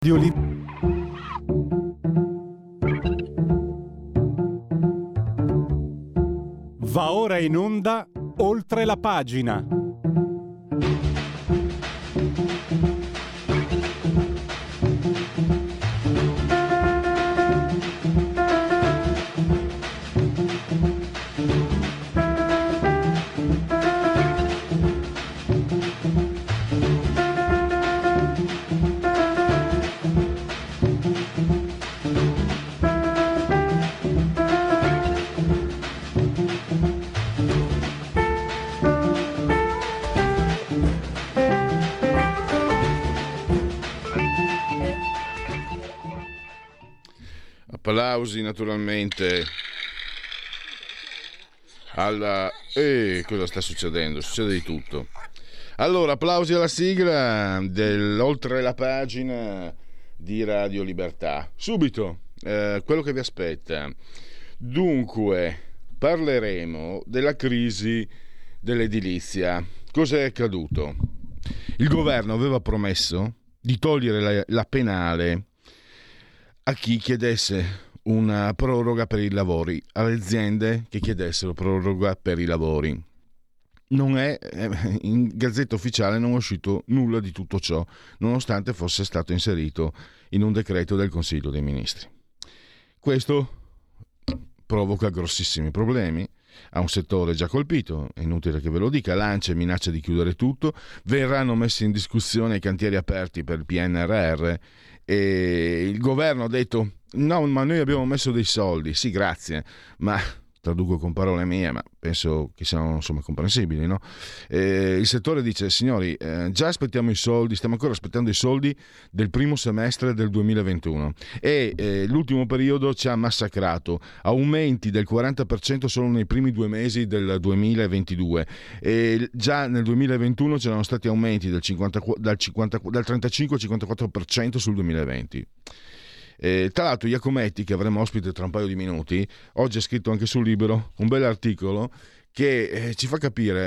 Va ora in onda Oltre la pagina. Applausi naturalmente alla... cosa sta succedendo? Succede di tutto. Allora, applausi alla sigla dell'Oltre la pagina di Radio Libertà. Subito, quello che vi aspetta. Dunque, parleremo della crisi dell'edilizia. Cos'è accaduto? Il governo aveva promesso di togliere la penale a chi chiedesse una proroga per i lavori, alle aziende che chiedessero proroga per i lavori. Non è in Gazzetta Ufficiale non è uscito nulla di tutto ciò, nonostante fosse stato inserito in un decreto del Consiglio dei Ministri. Questo provoca grossissimi problemi a un settore già colpito, è inutile che ve lo dica. L'ANCE minaccia di chiudere tutto, verranno messi in discussione i cantieri aperti per il PNRR e il governo ha detto no, ma noi abbiamo messo dei soldi. Sì, grazie, ma traduco con parole mie, ma penso che siano insomma comprensibili, no? Il settore dice signori, già aspettiamo i soldi, stiamo ancora aspettando i soldi del primo semestre del 2021 e l'ultimo periodo ci ha massacrato, aumenti del 40% solo nei primi 2 mesi del 2022 e già nel 2021 c'erano stati aumenti dal 35 al 54% sul 2020. Tra l'altro Iacometti, che avremo ospite tra un paio di minuti, oggi ha scritto anche sul Libero un bel articolo che ci fa capire,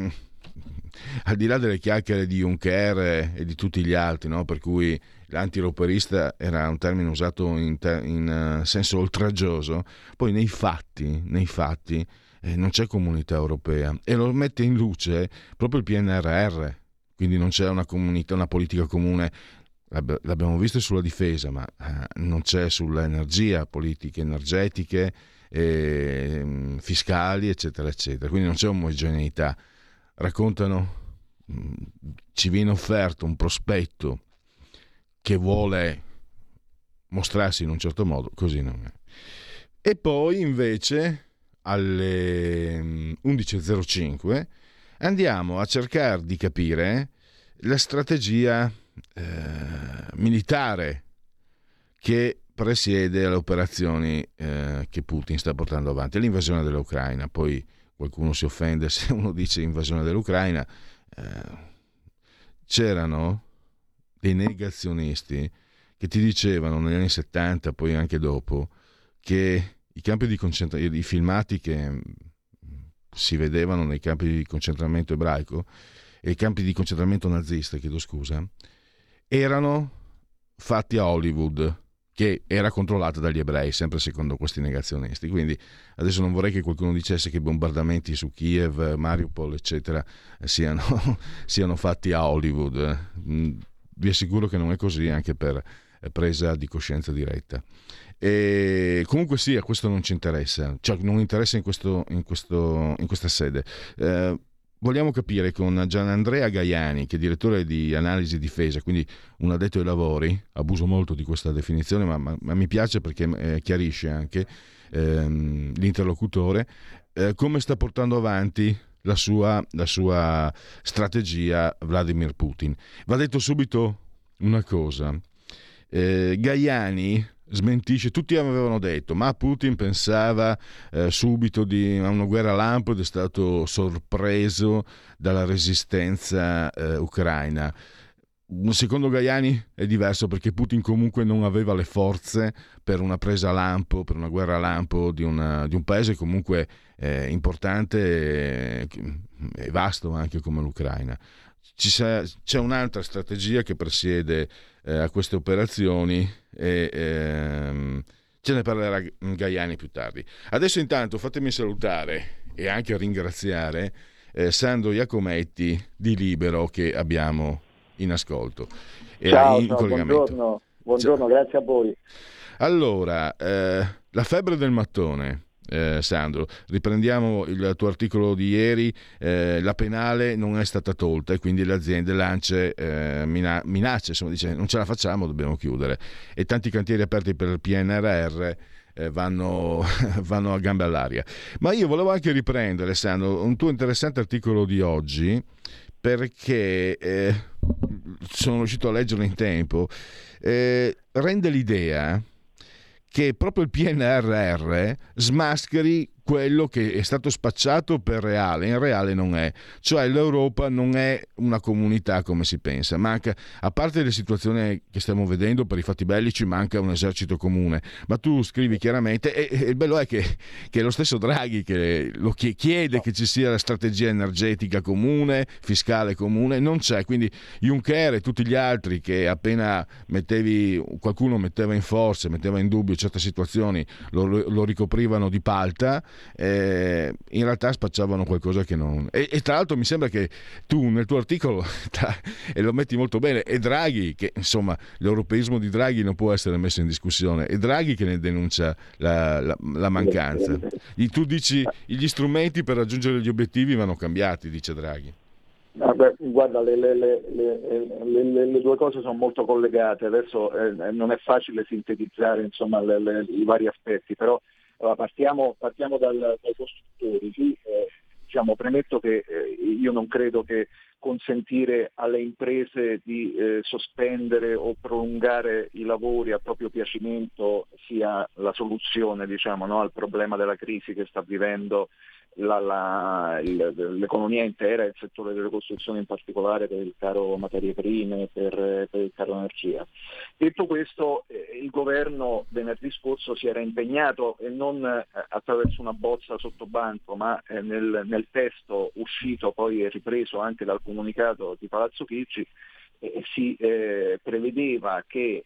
al di là delle chiacchiere di Juncker e di tutti gli altri, no? Per cui l'antieuropeista era un termine usato in senso oltraggioso, poi nei fatti non c'è comunità europea e lo mette in luce proprio il PNRR, quindi non c'è una comunità, una politica comune. L'abbiamo visto sulla difesa, ma non c'è sull'energia, politiche energetiche, fiscali, eccetera, eccetera. Quindi non c'è omogeneità. Raccontano, ci viene offerto un prospetto che vuole mostrarsi in un certo modo, così non è. E poi invece alle 11.05 andiamo a cercare di capire la strategia militare che presiede alle operazioni che Putin sta portando avanti, l'invasione dell'Ucraina. Poi qualcuno si offende se uno dice invasione dell'Ucraina. C'erano dei negazionisti che ti dicevano negli anni 70, poi anche dopo, che i campi di concentramento, i filmati che si vedevano nei campi di concentramento ebraico e i campi di concentramento nazista, chiedo scusa, erano fatti a Hollywood, che era controllata dagli ebrei, sempre secondo questi negazionisti. Quindi adesso non vorrei che qualcuno dicesse che i bombardamenti su Kiev, Mariupol, eccetera, siano fatti a Hollywood. Vi assicuro che non è così, anche per presa di coscienza diretta. E comunque sì, a questo non ci interessa, cioè non interessa in questa sede. Vogliamo capire con Gianandrea Gaiani, che è direttore di analisi difesa, quindi un addetto ai lavori. Abuso molto di questa definizione, ma mi piace perché chiarisce anche l'interlocutore, come sta portando avanti la sua strategia Vladimir Putin. Va detto subito una cosa, Gaiani smentisce. Tutti avevano detto ma Putin pensava subito a una guerra lampo ed è stato sorpreso dalla resistenza ucraina. Secondo Gaiani è diverso, perché Putin comunque non aveva le forze per una presa lampo, per una guerra lampo di un paese comunque importante e vasto anche come l'Ucraina. C'è un'altra strategia che presiede a queste operazioni e ce ne parlerà Gaiani più tardi. Adesso intanto fatemi salutare e anche ringraziare Sandro Iacometti di Libero, che abbiamo in ascolto. Ciao, buongiorno, ciao. Grazie a voi. Allora, la febbre del mattone. Sandro, riprendiamo il tuo articolo di ieri. La penale non è stata tolta e quindi le aziende lance minacce, insomma, dice non ce la facciamo, dobbiamo chiudere, e tanti cantieri aperti per il PNRR vanno a gambe all'aria. Ma io volevo anche riprendere, Sandro, un tuo interessante articolo di oggi, perché sono riuscito a leggerlo in tempo. Rende l'idea che proprio il PNRR smascheri quello che è stato spacciato per reale, in reale non è. Cioè l'Europa non è una comunità come si pensa, manca, a parte le situazioni che stiamo vedendo per i fatti bellici, manca un esercito comune. Ma tu scrivi chiaramente, e il bello è che è lo stesso Draghi che lo chiede che ci sia la strategia energetica comune, fiscale comune, non c'è. Quindi Juncker e tutti gli altri che appena qualcuno metteva in forza, metteva in dubbio certe situazioni, lo ricoprivano di palta. In realtà spacciavano qualcosa che non. E tra l'altro mi sembra che tu nel tuo articolo e lo metti molto bene, è Draghi che, insomma, l'europeismo di Draghi non può essere messo in discussione, è Draghi che ne denuncia la mancanza. Tu dici gli strumenti per raggiungere gli obiettivi vanno cambiati, dice Draghi. Vabbè, guarda, le due cose sono molto collegate. Adesso non è facile sintetizzare, insomma, i vari aspetti, però allora, partiamo dai costruttori. Sì, diciamo, premetto che io non credo che consentire alle imprese di sospendere o prolungare i lavori a proprio piacimento sia la soluzione, diciamo, no, al problema della crisi che sta vivendo l'economia intera e il settore delle costruzioni in particolare, per il caro materie prime, per il caro energia. Detto questo, il governo venerdì scorso si era impegnato, e non attraverso una bozza sotto banco, ma nel testo uscito poi ripreso anche dal comunicato di Palazzo Chigi, si prevedeva che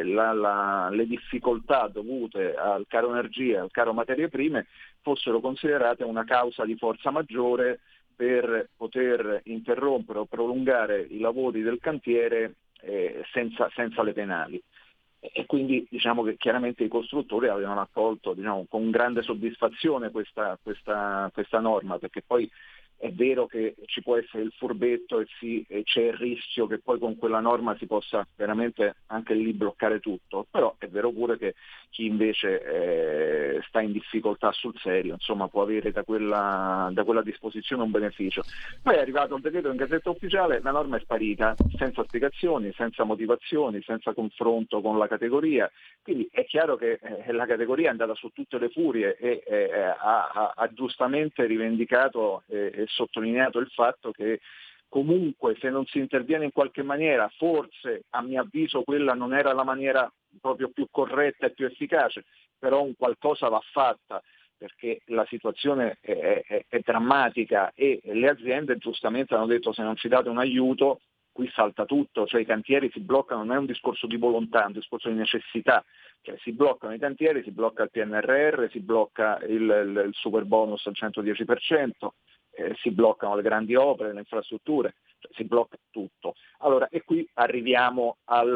le difficoltà dovute al caro energia e al caro materie prime fossero considerate una causa di forza maggiore per poter interrompere o prolungare i lavori del cantiere senza le penali. E quindi diciamo che chiaramente i costruttori avevano accolto, diciamo, con grande soddisfazione questa norma, perché poi è vero che ci può essere il furbetto e c'è il rischio che poi con quella norma si possa veramente anche lì bloccare tutto, però è vero pure che chi invece sta in difficoltà sul serio, insomma, può avere da quella disposizione un beneficio. Poi è arrivato il decreto in Gazzetta Ufficiale, la norma è sparita, senza spiegazioni, senza motivazioni, senza confronto con la categoria, quindi è chiaro che la categoria è andata su tutte le furie e ha giustamente rivendicato e sottolineato il fatto che comunque se non si interviene in qualche maniera, forse a mio avviso quella non era la maniera proprio più corretta e più efficace, però un qualcosa va fatta, perché la situazione è drammatica e le aziende giustamente hanno detto: se non ci date un aiuto qui salta tutto, cioè i cantieri si bloccano, non è un discorso di volontà, è un discorso di necessità. Cioè, si bloccano i cantieri, si blocca il PNRR, si blocca il super bonus al 110%, si bloccano le grandi opere, le infrastrutture, cioè si blocca tutto. Allora, e qui arriviamo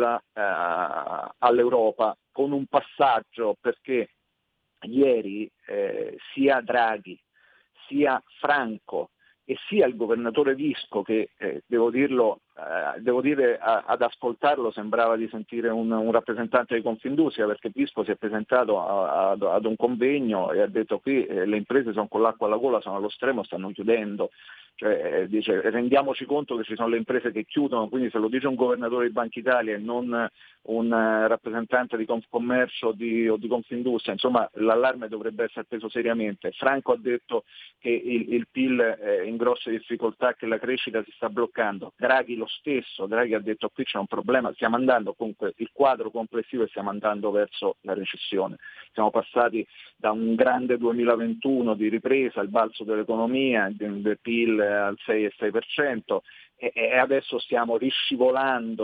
all'Europa con un passaggio, perché ieri sia Draghi sia Franco e sia il governatore Visco, che devo dire ad ascoltarlo sembrava di sentire un rappresentante di Confindustria, perché Visco si è presentato ad un convegno e ha detto: qui le imprese sono con l'acqua alla gola, sono allo stremo, stanno chiudendo. Cioè, dice: rendiamoci conto che ci sono le imprese che chiudono, quindi se lo dice un governatore di Banca Italia e non un rappresentante di Confcommercio o di Confindustria, insomma l'allarme dovrebbe essere preso seriamente. Franco ha detto che il PIL è in grosse difficoltà, che la crescita si sta bloccando. Draghi lo stesso, Draghi ha detto: qui c'è un problema, stiamo andando, comunque il quadro complessivo, e stiamo andando verso la recessione. Siamo passati da un grande 2021 di ripresa, il balzo dell'economia, del PIL al 6,6%, e adesso stiamo riscivolando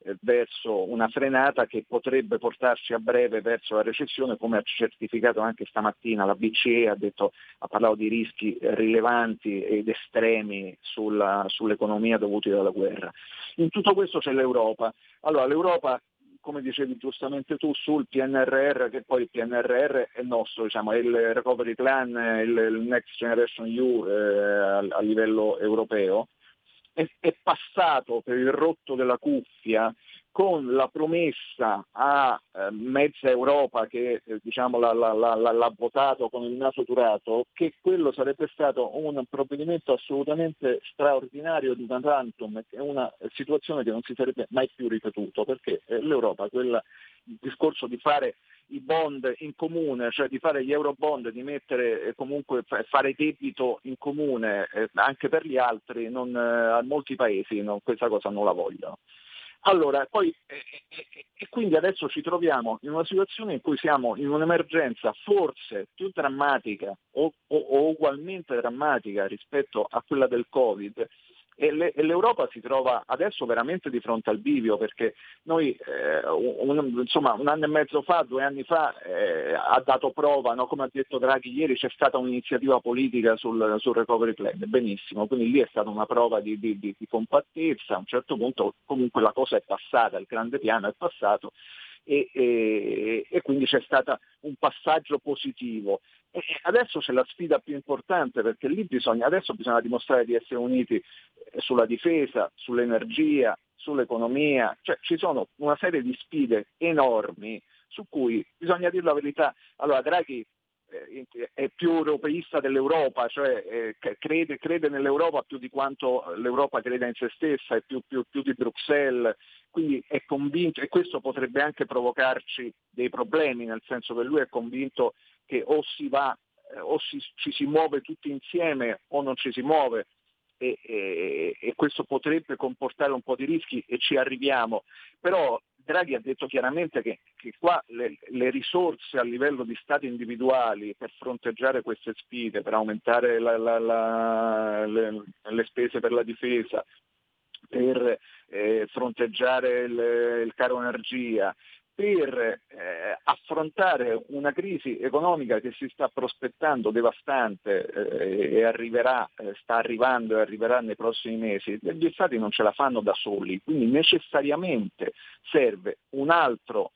verso una frenata che potrebbe portarci a breve verso la recessione, come ha certificato anche stamattina la BCE, ha parlato di rischi rilevanti ed estremi sull'economia dovuti dalla guerra. In tutto questo c'è l'Europa. Allora l'Europa, come dicevi giustamente tu, sul PNRR, che poi il PNRR è nostro, diciamo, è il Recovery Plan, il Next Generation EU a livello europeo, è passato per il rotto della cuffia con la promessa a mezza Europa che diciamo l'ha votato con il naso durato, che quello sarebbe stato un provvedimento assolutamente straordinario di una tantum, è una situazione che non si sarebbe mai più ripetuto, perché l'Europa, il discorso di fare i bond in comune, cioè di fare gli eurobond, di mettere comunque fare debito in comune anche per gli altri, a molti paesi questa cosa non la vogliono. Allora, poi e quindi adesso ci troviamo in una situazione in cui siamo in un'emergenza forse più drammatica o ugualmente drammatica rispetto a quella del Covid, e l'Europa si trova adesso veramente di fronte al bivio, perché noi un anno e mezzo fa, 2 anni fa ha dato prova, no? Come ha detto Draghi ieri, c'è stata un'iniziativa politica sul recovery plan, benissimo, quindi lì è stata una prova di compattezza, a un certo punto comunque la cosa è passata, il grande piano è passato e quindi c'è stato un passaggio positivo. E adesso c'è la sfida più importante, perché lì adesso bisogna dimostrare di essere uniti sulla difesa, sull'energia, sull'economia, cioè ci sono una serie di sfide enormi su cui bisogna dire la verità. Allora Draghi è più europeista dell'Europa, cioè crede nell'Europa più di quanto l'Europa creda in se stessa, è più di Bruxelles, quindi è convinto, e questo potrebbe anche provocarci dei problemi, nel senso che lui è convinto che o si va o ci si muove tutti insieme o non ci si muove, e questo potrebbe comportare un po' di rischi e ci arriviamo. Però Draghi ha detto chiaramente che qua le risorse a livello di stati individuali per fronteggiare queste sfide, per aumentare le spese per la difesa, per fronteggiare il caro energia, per affrontare una crisi economica che si sta prospettando devastante sta arrivando e arriverà nei prossimi mesi, gli Stati non ce la fanno da soli, quindi necessariamente serve un altro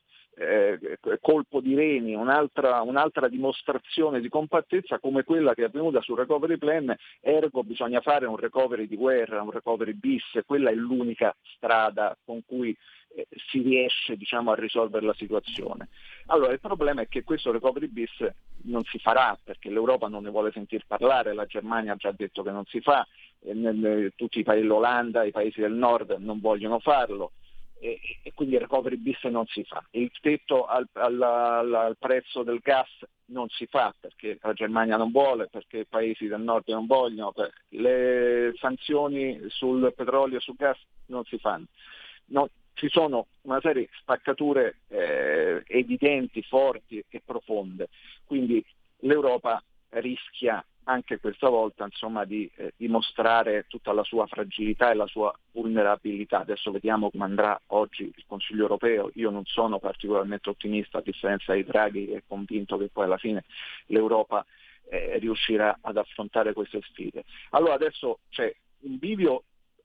colpo di reni, un'altra dimostrazione di compattezza come quella che è avvenuta sul recovery plan, ergo bisogna fare un recovery di guerra, un recovery bis, quella è l'unica strada con cui si riesce, diciamo, a risolvere la situazione. Allora il problema è che questo recovery bis non si farà, perché l'Europa non ne vuole sentir parlare, la Germania ha già detto che non si fa, tutti i paesi, l'Olanda, i paesi del nord non vogliono farlo, e quindi il recovery bis non si fa. Il tetto al prezzo del gas non si fa, perché la Germania non vuole, perché i paesi del nord non vogliono, le sanzioni sul petrolio e sul gas non si fanno. No, ci sono una serie di spaccature evidenti, forti e profonde, quindi l'Europa rischia anche questa volta, insomma, di dimostrare tutta la sua fragilità e la sua vulnerabilità. Adesso vediamo come andrà oggi il Consiglio europeo. Io non sono particolarmente ottimista, a differenza di Draghi, che è convinto che poi alla fine l'Europa riuscirà ad affrontare queste sfide. Allora adesso c'è un bivio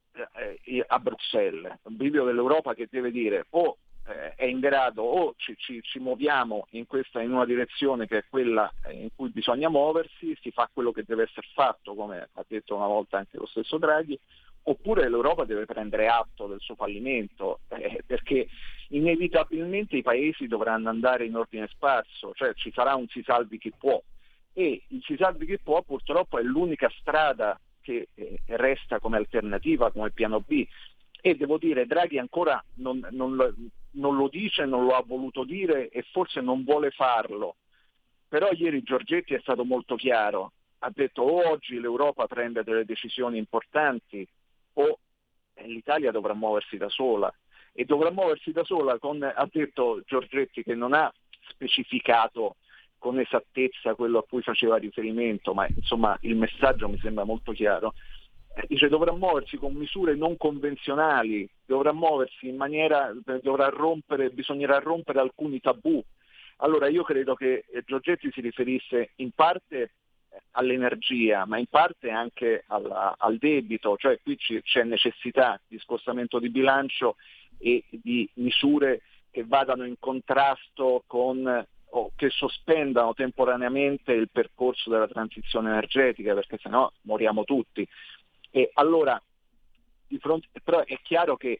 a Bruxelles, un bivio dell'Europa che deve dire o è in grado, o ci muoviamo in una direzione che è quella in cui bisogna muoversi, si fa quello che deve essere fatto, come ha detto una volta anche lo stesso Draghi, oppure l'Europa deve prendere atto del suo fallimento, perché inevitabilmente i paesi dovranno andare in ordine sparso, cioè ci sarà un si salvi chi può, e il si salvi chi può purtroppo è l'unica strada che resta come alternativa, come piano B. E devo dire, Draghi ancora non lo dice, non lo ha voluto dire e forse non vuole farlo, però ieri Giorgetti è stato molto chiaro, ha detto o oggi l'Europa prende delle decisioni importanti o l'Italia dovrà muoversi da sola, e dovrà muoversi da sola ha detto Giorgetti, che non ha specificato con esattezza quello a cui faceva riferimento, ma insomma il messaggio mi sembra molto chiaro, dice dovrà muoversi con misure non convenzionali, dovrà muoversi in maniera, bisognerà rompere alcuni tabù. Allora io credo che Giorgetti si riferisse in parte all'energia, ma in parte anche al debito, cioè qui c'è necessità di scostamento di bilancio e di misure che vadano in contrasto con o che sospendano temporaneamente il percorso della transizione energetica, perché sennò moriamo tutti. E allora però è chiaro che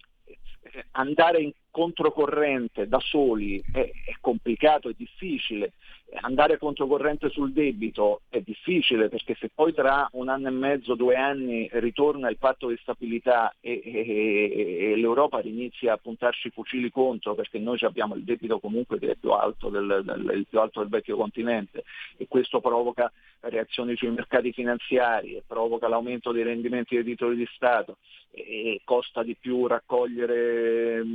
andare in controcorrente da soli è complicato, è difficile. Andare controcorrente sul debito è difficile, perché se poi tra 1 anno e mezzo, 2 anni ritorna il patto di stabilità e l'Europa inizia a puntarci i fucili contro, perché noi abbiamo il debito comunque che è più alto il più alto del vecchio continente, e questo provoca reazioni sui mercati finanziari e provoca l'aumento dei rendimenti dei titoli di Stato e costa di più raccogliere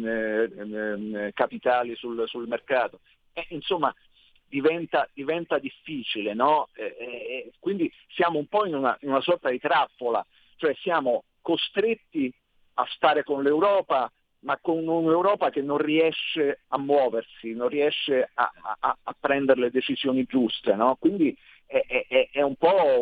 capitali sul mercato. Insomma, diventa difficile, no? Quindi siamo un po' in una sorta di trappola, cioè siamo costretti a stare con l'Europa, ma con un'Europa che non riesce a muoversi, non riesce a prendere le decisioni giuste, no? Quindi è un po'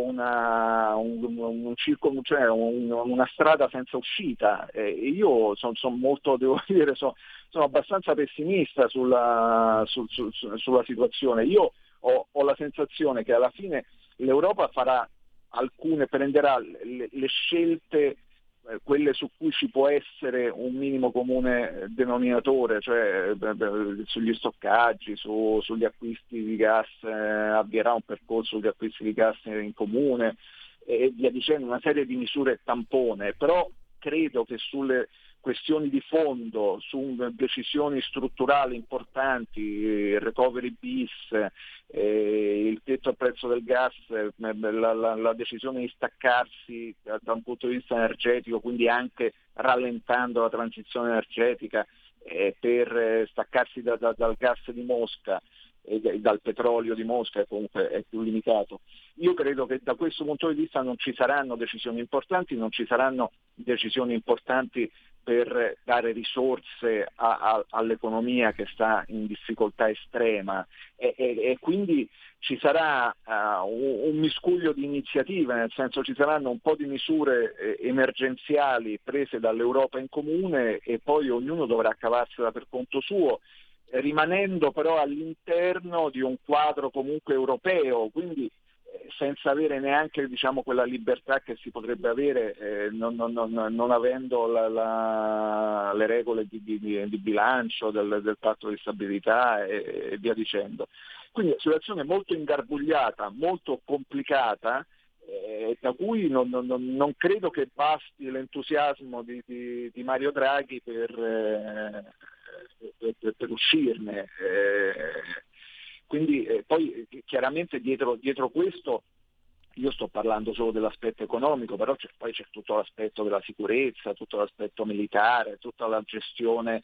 un circolo, cioè una strada senza uscita. Io sono molto, devo dire, sono abbastanza pessimista sulla situazione. Io ho la sensazione che alla fine l'Europa prenderà le scelte, quelle su cui ci può essere un minimo comune denominatore, cioè sugli stoccaggi, sugli acquisti di gas, avvierà un percorso di acquisti di gas in comune e via dicendo, una serie di misure tampone, però credo che sulle questioni di fondo, su decisioni strutturali importanti, il recovery bis, il tetto al prezzo del gas, la decisione di staccarsi da un punto di vista energetico, quindi anche rallentando la transizione energetica per staccarsi dal gas di Mosca e dal petrolio di Mosca, che comunque è più limitato. Io credo che da questo punto di vista non ci saranno decisioni importanti, per dare risorse all'economia che sta in difficoltà estrema e quindi ci sarà un miscuglio di iniziative, nel senso ci saranno un po' di misure emergenziali prese dall'Europa in comune e poi ognuno dovrà cavarsela per conto suo, rimanendo però all'interno di un quadro comunque europeo, quindi senza avere neanche, diciamo, quella libertà che si potrebbe avere non avendo le regole di bilancio del patto di stabilità e via dicendo. Quindi è una situazione molto ingarbugliata, molto complicata, da cui non credo che basti l'entusiasmo di Mario Draghi per uscirne. Quindi poi chiaramente dietro questo io sto parlando solo dell'aspetto economico, però poi c'è tutto l'aspetto della sicurezza, tutto l'aspetto militare, tutta la gestione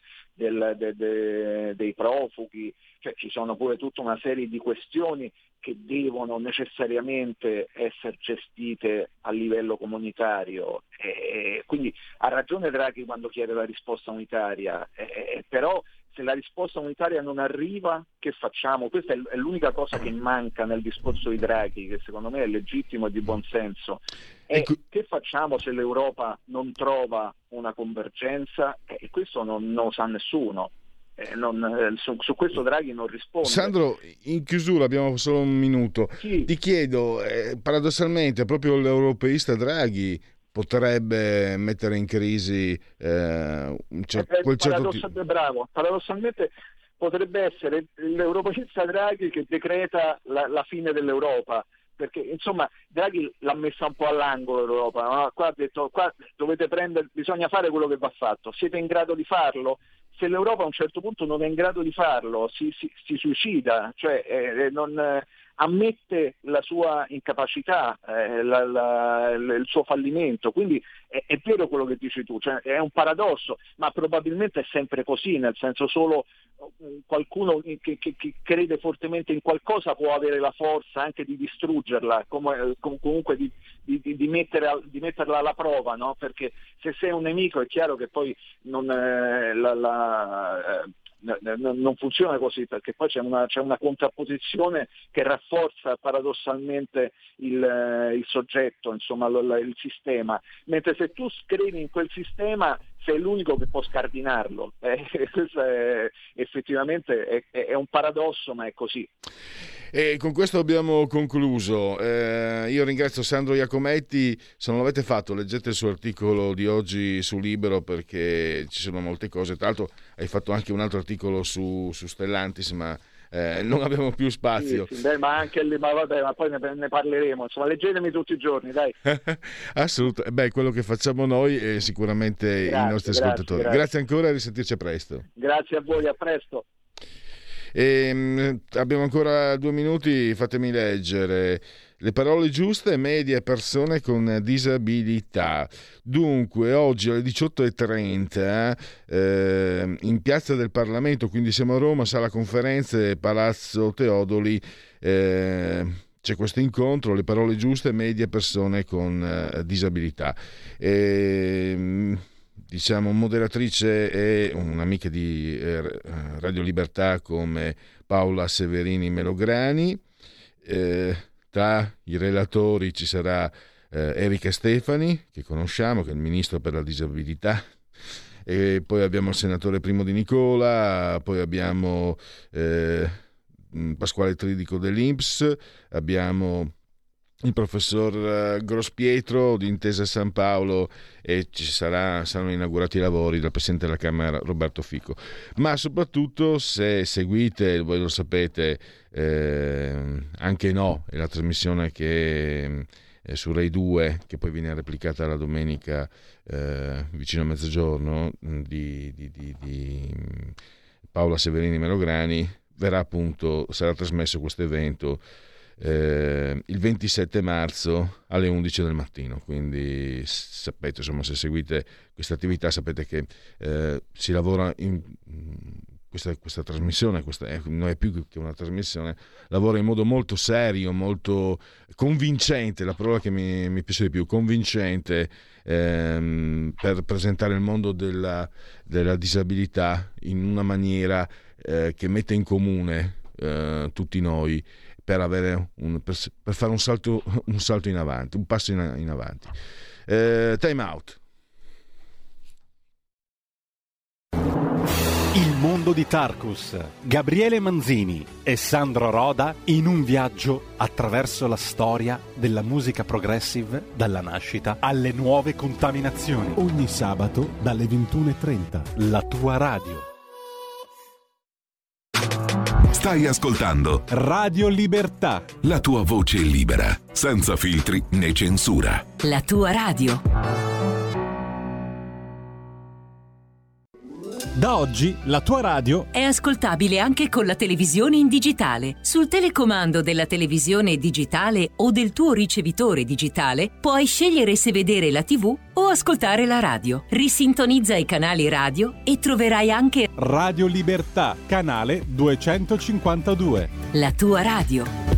dei profughi, cioè ci sono pure tutta una serie di questioni che devono necessariamente essere gestite a livello comunitario. Quindi ha ragione Draghi quando chiede la risposta unitaria, però se la risposta unitaria non arriva, che facciamo? Questa è l'unica cosa che manca nel discorso di Draghi, che secondo me è legittimo e di buon senso. Che facciamo se l'Europa non trova una convergenza? E questo non lo sa nessuno. Su questo Draghi non risponde. Sandro, in chiusura abbiamo solo un minuto. Sì. Ti chiedo, paradossalmente, proprio l'europeista Draghi potrebbe mettere in crisi quel certo tipo. Bravo, paradossalmente potrebbe essere l'europeista Draghi che decreta la fine dell'Europa, perché insomma Draghi l'ha messa un po' all'angolo l'Europa, no? Qua ha detto bisogna fare quello che va fatto, siete in grado di farlo? Se l'Europa a un certo punto non è in grado di farlo si suicida, cioè ammette la sua incapacità, il suo fallimento, quindi è vero quello che dici tu, cioè è un paradosso, ma probabilmente è sempre così, nel senso solo qualcuno che crede fortemente in qualcosa può avere la forza anche di distruggerla, comunque di metterla alla prova, no? Perché se sei un nemico è chiaro che poi non funziona così, perché poi c'è una contrapposizione che rafforza paradossalmente il soggetto, insomma il sistema, mentre se tu credi in quel sistema sei l'unico che può scardinarlo. Questo effettivamente è un paradosso, ma è così. E con questo abbiamo concluso. Io ringrazio Sandro Iacometti. Se non l'avete fatto, leggete il suo articolo di oggi su Libero, perché ci sono molte cose. Tra l'altro hai fatto anche un altro articolo su Stellantis, ma non abbiamo più spazio. Sì, ma anche lì, ma poi ne parleremo. Insomma, leggetemi tutti i giorni, dai. Assolutamente. Quello che facciamo noi e sicuramente i nostri ascoltatori. Grazie ancora, a risentirci presto. Grazie a voi, a presto. Abbiamo ancora 2 minuti, fatemi leggere le parole giuste: media e persone con disabilità. Dunque oggi alle 18:30 in Piazza del Parlamento, quindi siamo a Roma, sala conferenze, Palazzo Teodoli, c'è questo incontro, le parole giuste, media e persone con disabilità. Diciamo moderatrice è un'amica di Radio Libertà come Paola Severini Melograni. Tra i relatori ci sarà Erika Stefani, che conosciamo, che è il ministro per la disabilità, e poi abbiamo il senatore Primo Di Nicola, poi abbiamo Pasquale Tridico dell'Inps, abbiamo il professor Grospietro di Intesa San Paolo, e saranno inaugurati i lavori dal Presidente della Camera Roberto Fico. Ma soprattutto, se seguite, voi lo sapete, Anche No è la trasmissione che è su Rai 2, che poi viene replicata la domenica vicino a mezzogiorno, di Paola Severini Melograni. Sarà trasmesso questo evento il 27 marzo alle 11 del mattino, quindi sapete, insomma, se seguite questa attività sapete che si lavora in questa trasmissione, non è più che una trasmissione, lavora in modo molto serio, molto convincente, la parola che mi piace di più, convincente, per presentare il mondo della disabilità in una maniera che mette in comune tutti noi, per fare un salto in avanti, un passo in avanti. Time out. Il mondo di Tarkus, Gabriele Manzini e Sandro Roda in un viaggio attraverso la storia della musica progressive, dalla nascita alle nuove contaminazioni. Ogni sabato dalle 21:30. La tua radio. Stai ascoltando Radio Libertà. la tua voce libera, senza filtri né censura. La tua radio. Da oggi la tua radio È ascoltabile anche con la televisione in digitale. Sul telecomando della televisione digitale o del tuo ricevitore digitale puoi scegliere se vedere la TV o ascoltare la radio. Risintonizza i canali radio e troverai anche Radio Libertà, canale 252. la tua radio.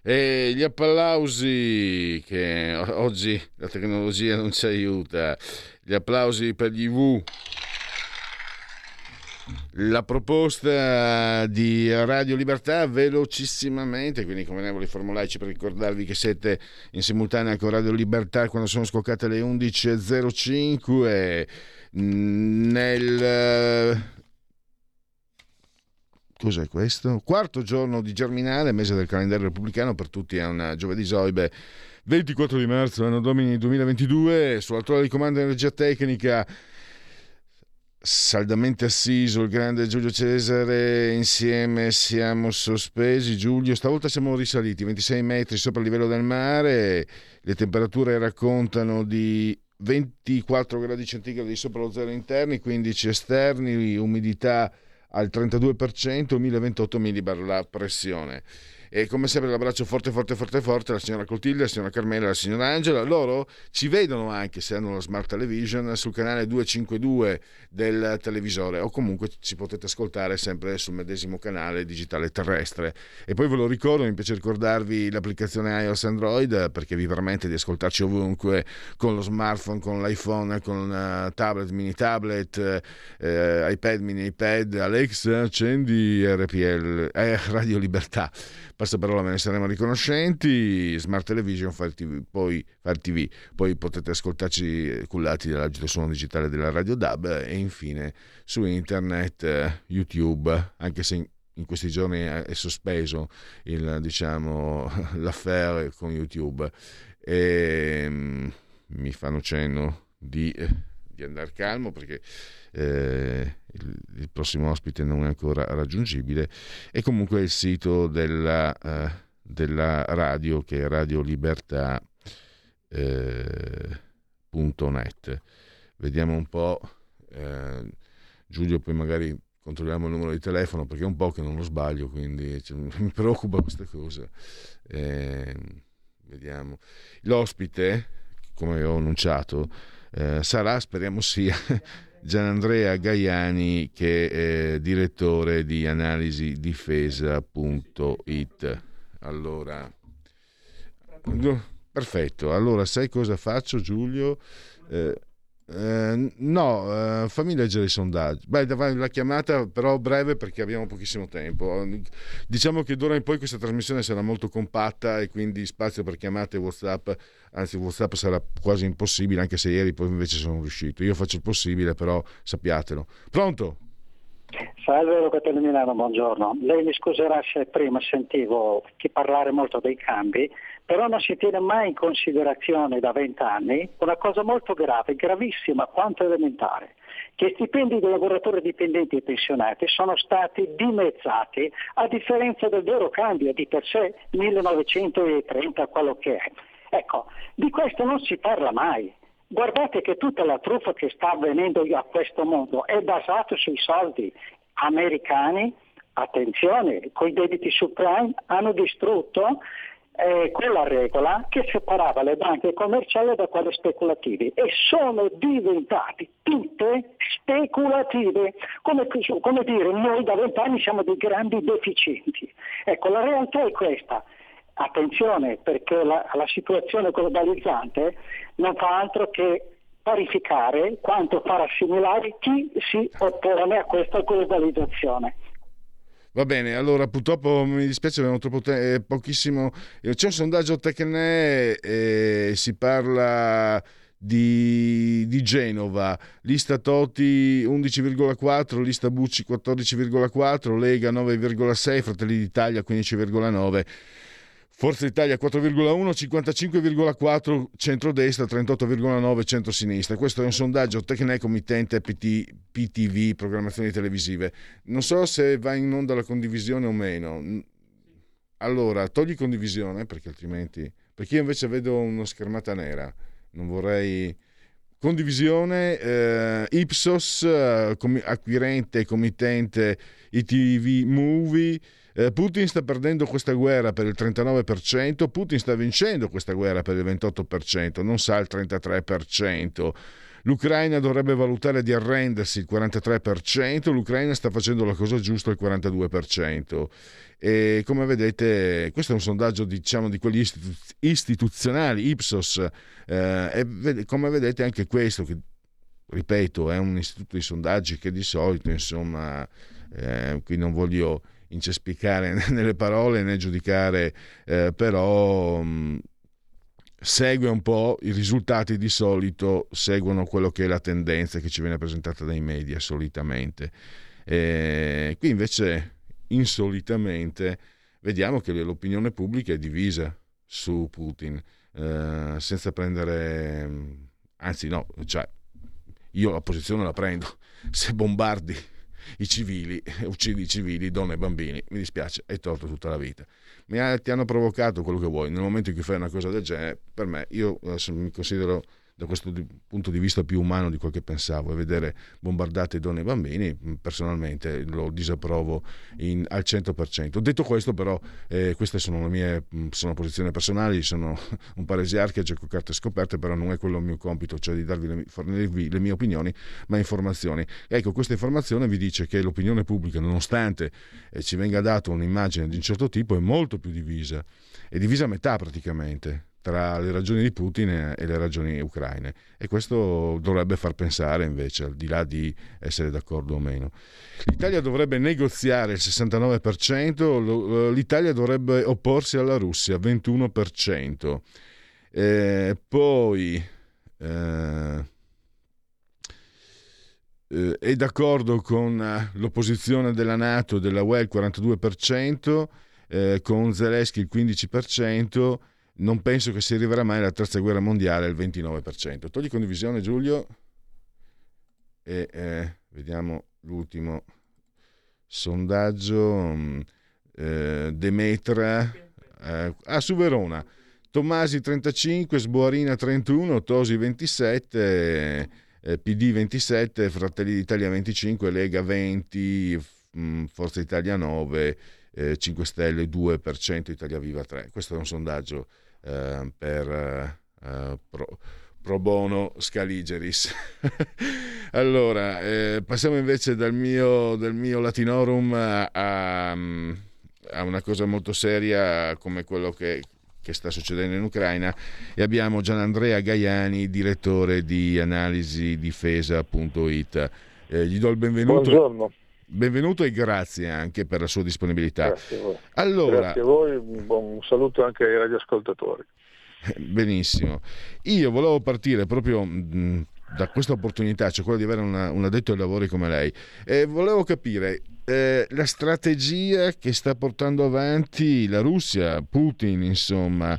E gli applausi, che oggi la tecnologia non ci aiuta, gli applausi per gli V. La proposta di Radio Libertà velocissimamente, quindi convenevoli formulaici per ricordarvi che siete in simultanea con Radio Libertà quando sono scoccate le 11.05 nel... Cos'è questo? Quarto giorno di Germinale, mese del calendario repubblicano, per tutti è un giovedì soibe, 24 di marzo, anno domini 2022. Sulla tolla di comando energia tecnica, saldamente assiso il grande Giulio Cesare. Insieme siamo sospesi. Giulio, stavolta siamo risaliti 26 metri sopra il livello del mare, le temperature raccontano di 24 gradi centigradi sopra lo zero interni, 15 esterni, umidità al 32%, 1028 millibar la pressione. E come sempre l'abbraccio forte alla signora Clotilde, la signora Carmela e la signora Angela. Loro ci vedono anche, se hanno la Smart Television, sul canale 252 del televisore, o comunque ci potete ascoltare sempre sul medesimo canale digitale terrestre. E poi ve lo ricordo, mi piace ricordarvi l'applicazione iOS Android, perché vi permette di ascoltarci ovunque, con lo smartphone, con l'iPhone, con tablet, mini tablet, iPad, mini iPad. Alexa, accendi RPL, Radio Libertà. Passa parola, ve ne saremo riconoscenti. Smart Television, Fire TV, poi potete ascoltarci cullati dall'agito suono digitale della Radio DAB, e infine su internet, YouTube, anche se in questi giorni è sospeso l'affaire con YouTube, e mi fanno cenno di andare calmo, perché il prossimo ospite non è ancora raggiungibile. E comunque il sito della radio, che è radiolibertà.net. Vediamo un po', Giulio, poi magari controlliamo il numero di telefono, perché è un po' che non lo sbaglio, quindi mi preoccupa questa cosa. Vediamo. L'ospite, come ho annunciato, sarà, speriamo sia, Gianandrea Gaiani, che è direttore di analisidifesa.it. Allora, perfetto. Allora, sai cosa faccio, Giulio? Fammi leggere i sondaggi. La chiamata però breve, perché abbiamo pochissimo tempo. Diciamo che d'ora in poi questa trasmissione sarà molto compatta, e quindi spazio per chiamate WhatsApp, anzi WhatsApp sarà quasi impossibile, anche se ieri poi invece sono riuscito. Io faccio il possibile, però sappiatelo. Pronto? Salve, Locatelli Milano, buongiorno. Lei mi scuserà se prima sentivo parlare molto dei cambi, però non si tiene mai in considerazione da 20 anni una cosa molto grave, gravissima quanto elementare, che i stipendi dei lavoratori dipendenti e pensionati sono stati dimezzati, a differenza del vero cambio di per sé 1930, quello che è. Ecco, di questo non si parla mai. Guardate che tutta la truffa che sta avvenendo a questo mondo è basata sui soldi americani. Attenzione, con i debiti subprime hanno distrutto quella regola che separava le banche commerciali da quelle speculative, e sono diventate tutte speculative, come dire, noi da 20 anni siamo dei grandi deficienti. Ecco, la realtà è questa. Attenzione, perché la situazione globalizzante non fa altro che parificare quanto far assimilare chi si oppone a questa globalizzazione. Va bene, allora purtroppo mi dispiace, abbiamo pochissimo. C'è un sondaggio Tecne, si parla di Genova, lista Toti 11,4, lista Bucci 14,4, Lega 9,6, Fratelli d'Italia 15,9, Forza Italia 4,1, 55,4 centrodestra, 38,9 centrosinistra. Questo è un sondaggio Tecne, committente PTV, programmazioni televisive. Non so se va in onda la condivisione o meno. Allora, togli condivisione, perché altrimenti... Perché io invece vedo una schermata nera. Non vorrei... Condivisione, Ipsos, acquirente, committente ITV Movie. Putin sta perdendo questa guerra per il 39%, Putin sta vincendo questa guerra per il 28%, non sa il 33%. L'Ucraina dovrebbe valutare di arrendersi il 43%, l'Ucraina sta facendo la cosa giusta il 42%. E come vedete, questo è un sondaggio, diciamo, di quelli istituzionali, Ipsos, e come vedete anche questo, che ripeto è un istituto di sondaggi che di solito, insomma, qui non voglio incespicare nelle parole né giudicare, però segue un po' i risultati, di solito seguono quello che è la tendenza che ci viene presentata dai media solitamente. Qui invece insolitamente vediamo che l'opinione pubblica è divisa su Putin, senza prendere, anzi no, cioè io la posizione la prendo: se bombardi i civili, uccidi i civili, donne e bambini, mi dispiace, hai torto tutta la vita. Ti hanno provocato quello che vuoi, nel momento in cui fai una cosa del genere, per me, io mi considero da questo punto di vista più umano di quel che pensavo, e vedere bombardate donne e bambini personalmente lo disapprovo al 100%. Detto questo, però, queste sono sono posizioni personali, sono un paresiarca, gioco carte scoperte, però non è quello il mio compito, cioè di fornirvi le mie opinioni, ma informazioni. Ecco, questa informazione vi dice che l'opinione pubblica, nonostante ci venga data un'immagine di un certo tipo, è molto più divisa, è divisa a metà praticamente, tra le ragioni di Putin e le ragioni ucraine, e questo dovrebbe far pensare invece, al di là di essere d'accordo o meno. L'Italia dovrebbe negoziare il 69%, l'Italia dovrebbe opporsi alla Russia 21%, poi è d'accordo con l'opposizione della NATO e della UE il 42%, con Zelensky il 15%. Non penso che si arriverà mai alla terza guerra mondiale, il 29%. Togli condivisione, Giulio, e vediamo l'ultimo sondaggio. Demetra su Verona, Tommasi 35, Sboarina 31, Tosi 27, PD 27, Fratelli d'Italia 25, Lega 20, Forza Italia 9, 5 Stelle 2%, Italia Viva 3%. Questo è un sondaggio per pro bono Scaligeris. Allora, passiamo invece dal mio latinorum a una cosa molto seria come quello che sta succedendo in Ucraina, e abbiamo Gianandrea Gaiani, direttore di analisidifesa.it. Gli do il benvenuto. Buongiorno. Benvenuto e grazie anche per la sua disponibilità. Grazie a voi. Allora, grazie a voi, un saluto anche ai radioascoltatori. Benissimo. Io volevo partire proprio da questa opportunità, cioè quella di avere un addetto ai lavori come lei, e volevo capire la strategia che sta portando avanti la Russia, Putin, insomma,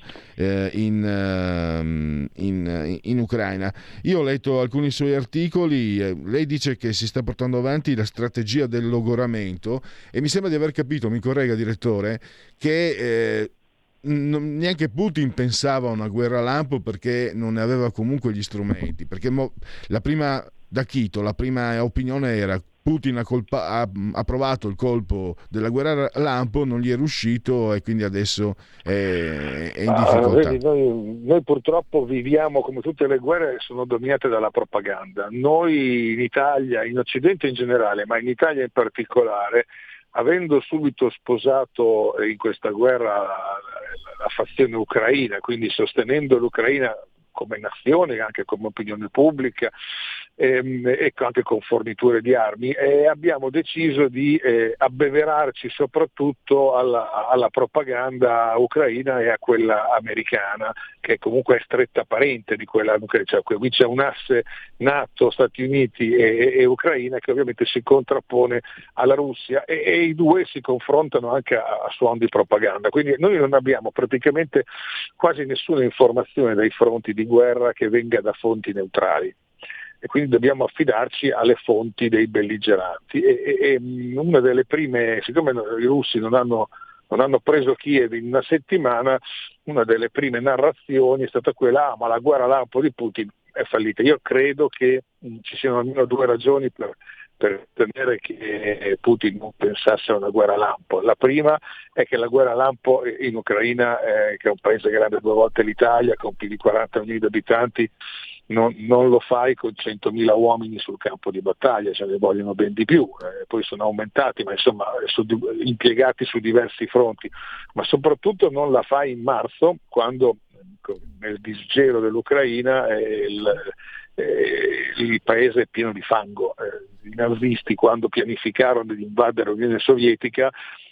in Ucraina. Io ho letto alcuni suoi articoli, lei dice che si sta portando avanti la strategia del logoramento, e mi sembra di aver capito, mi corregga direttore, che neanche Putin pensava a una guerra lampo, perché non ne aveva comunque gli strumenti, perché la prima opinione era: Putin ha provato il colpo della guerra lampo, non gli è riuscito e quindi adesso è in difficoltà. Vedi, noi purtroppo viviamo, come tutte le guerre, sono dominate dalla propaganda. Noi in Italia, in Occidente in generale, ma in Italia in particolare, avendo subito sposato in questa guerra la fazione ucraina, quindi sostenendo l'Ucraina come nazione, anche come opinione pubblica, e anche con forniture di armi, abbiamo deciso di abbeverarci soprattutto alla propaganda ucraina e a quella americana, che comunque è stretta parente di quella nucleare. Cioè, qui c'è un asse NATO, Stati Uniti e Ucraina, che ovviamente si contrappone alla Russia, e i due si confrontano anche a suon di propaganda. Quindi noi non abbiamo praticamente quasi nessuna informazione dai fronti di guerra che venga da fonti neutrali, e quindi dobbiamo affidarci alle fonti dei belligeranti. E una delle prime, siccome i russi non hanno preso Kiev in una settimana, una delle prime narrazioni è stata quella: ma la guerra lampo di Putin è fallita. Io credo che ci siano almeno due ragioni per temere che Putin non pensasse a una guerra lampo. La prima è che la guerra lampo in Ucraina, che è un paese grande 2 volte l'Italia, con più di 40 milioni di abitanti, non lo fai con 100.000 uomini sul campo di battaglia, ce ne vogliono ben di più, poi sono aumentati, ma insomma impiegati su diversi fronti, ma soprattutto non la fai in marzo, quando nel disgelo dell'Ucraina il paese è pieno di fango. I nazisti, quando pianificarono di invadere l'Unione Sovietica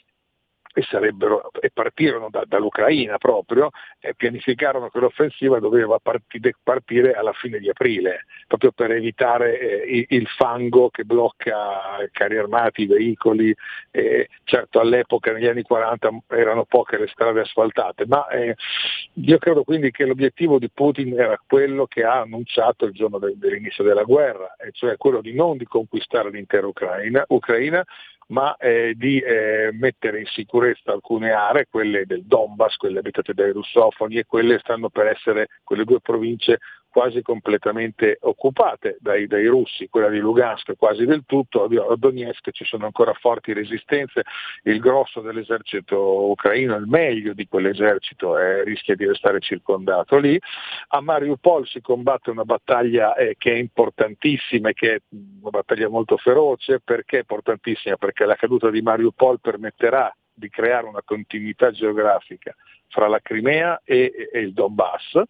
e partirono dall'Ucraina proprio, pianificarono che l'offensiva doveva partire alla fine di aprile, proprio per evitare il fango che blocca carri armati, veicoli. Certo, all'epoca, negli anni 40, erano poche le strade asfaltate, ma io credo quindi che l'obiettivo di Putin era quello che ha annunciato il giorno dell'inizio della guerra, e cioè quello non di conquistare l'intera Ucraina, ma di mettere in sicurezza alcune aree, quelle del Donbass, quelle abitate dai russofoni, e quelle stanno per essere quelle due province quasi completamente occupate dai russi, quella di Lugansk quasi del tutto, a Donetsk ci sono ancora forti resistenze, il grosso dell'esercito ucraino, il meglio di quell'esercito, rischia di restare circondato lì. A Mariupol si combatte una battaglia che è importantissima e che è una battaglia molto feroce. Perché è importantissima? Perché la caduta di Mariupol permetterà di creare una continuità geografica fra la Crimea e il Donbass,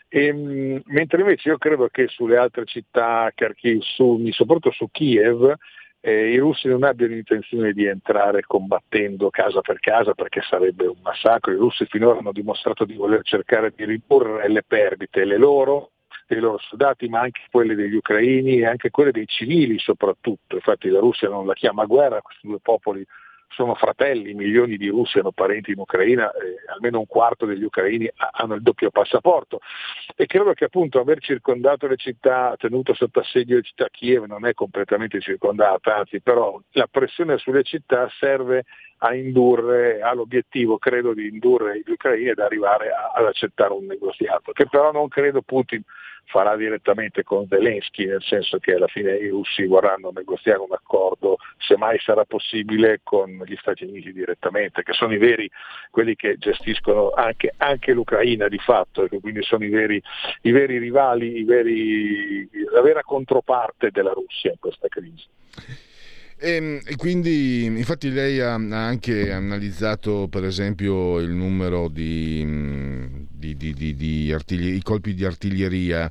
mentre invece io credo che sulle altre città, Kharkiv, soprattutto su Kiev, i russi non abbiano intenzione di entrare combattendo casa per casa, perché sarebbe un massacro. I russi finora hanno dimostrato di voler cercare di ridurre le perdite, dei loro soldati, ma anche quelle degli ucraini e anche quelle dei civili soprattutto. Infatti la Russia non la chiama guerra, questi due popoli sono fratelli, milioni di russi hanno parenti in Ucraina, almeno un quarto degli ucraini hanno il doppio passaporto, e credo che appunto aver circondato le città, tenuto sotto assedio le città, Kiev non è completamente circondata, anzi, però la pressione sulle città serve ha l'obiettivo, credo, di indurre gli ucraini ad arrivare ad accettare un negoziato, che però non credo Putin farà direttamente con Zelensky, nel senso che alla fine i russi vorranno negoziare un accordo, semmai sarà possibile, con gli Stati Uniti direttamente, che sono quelli che gestiscono anche l'Ucraina di fatto, e che quindi sono i veri rivali, la vera controparte della Russia in questa crisi. E quindi, infatti, lei ha anche analizzato, per esempio, il numero di i colpi di artiglieria.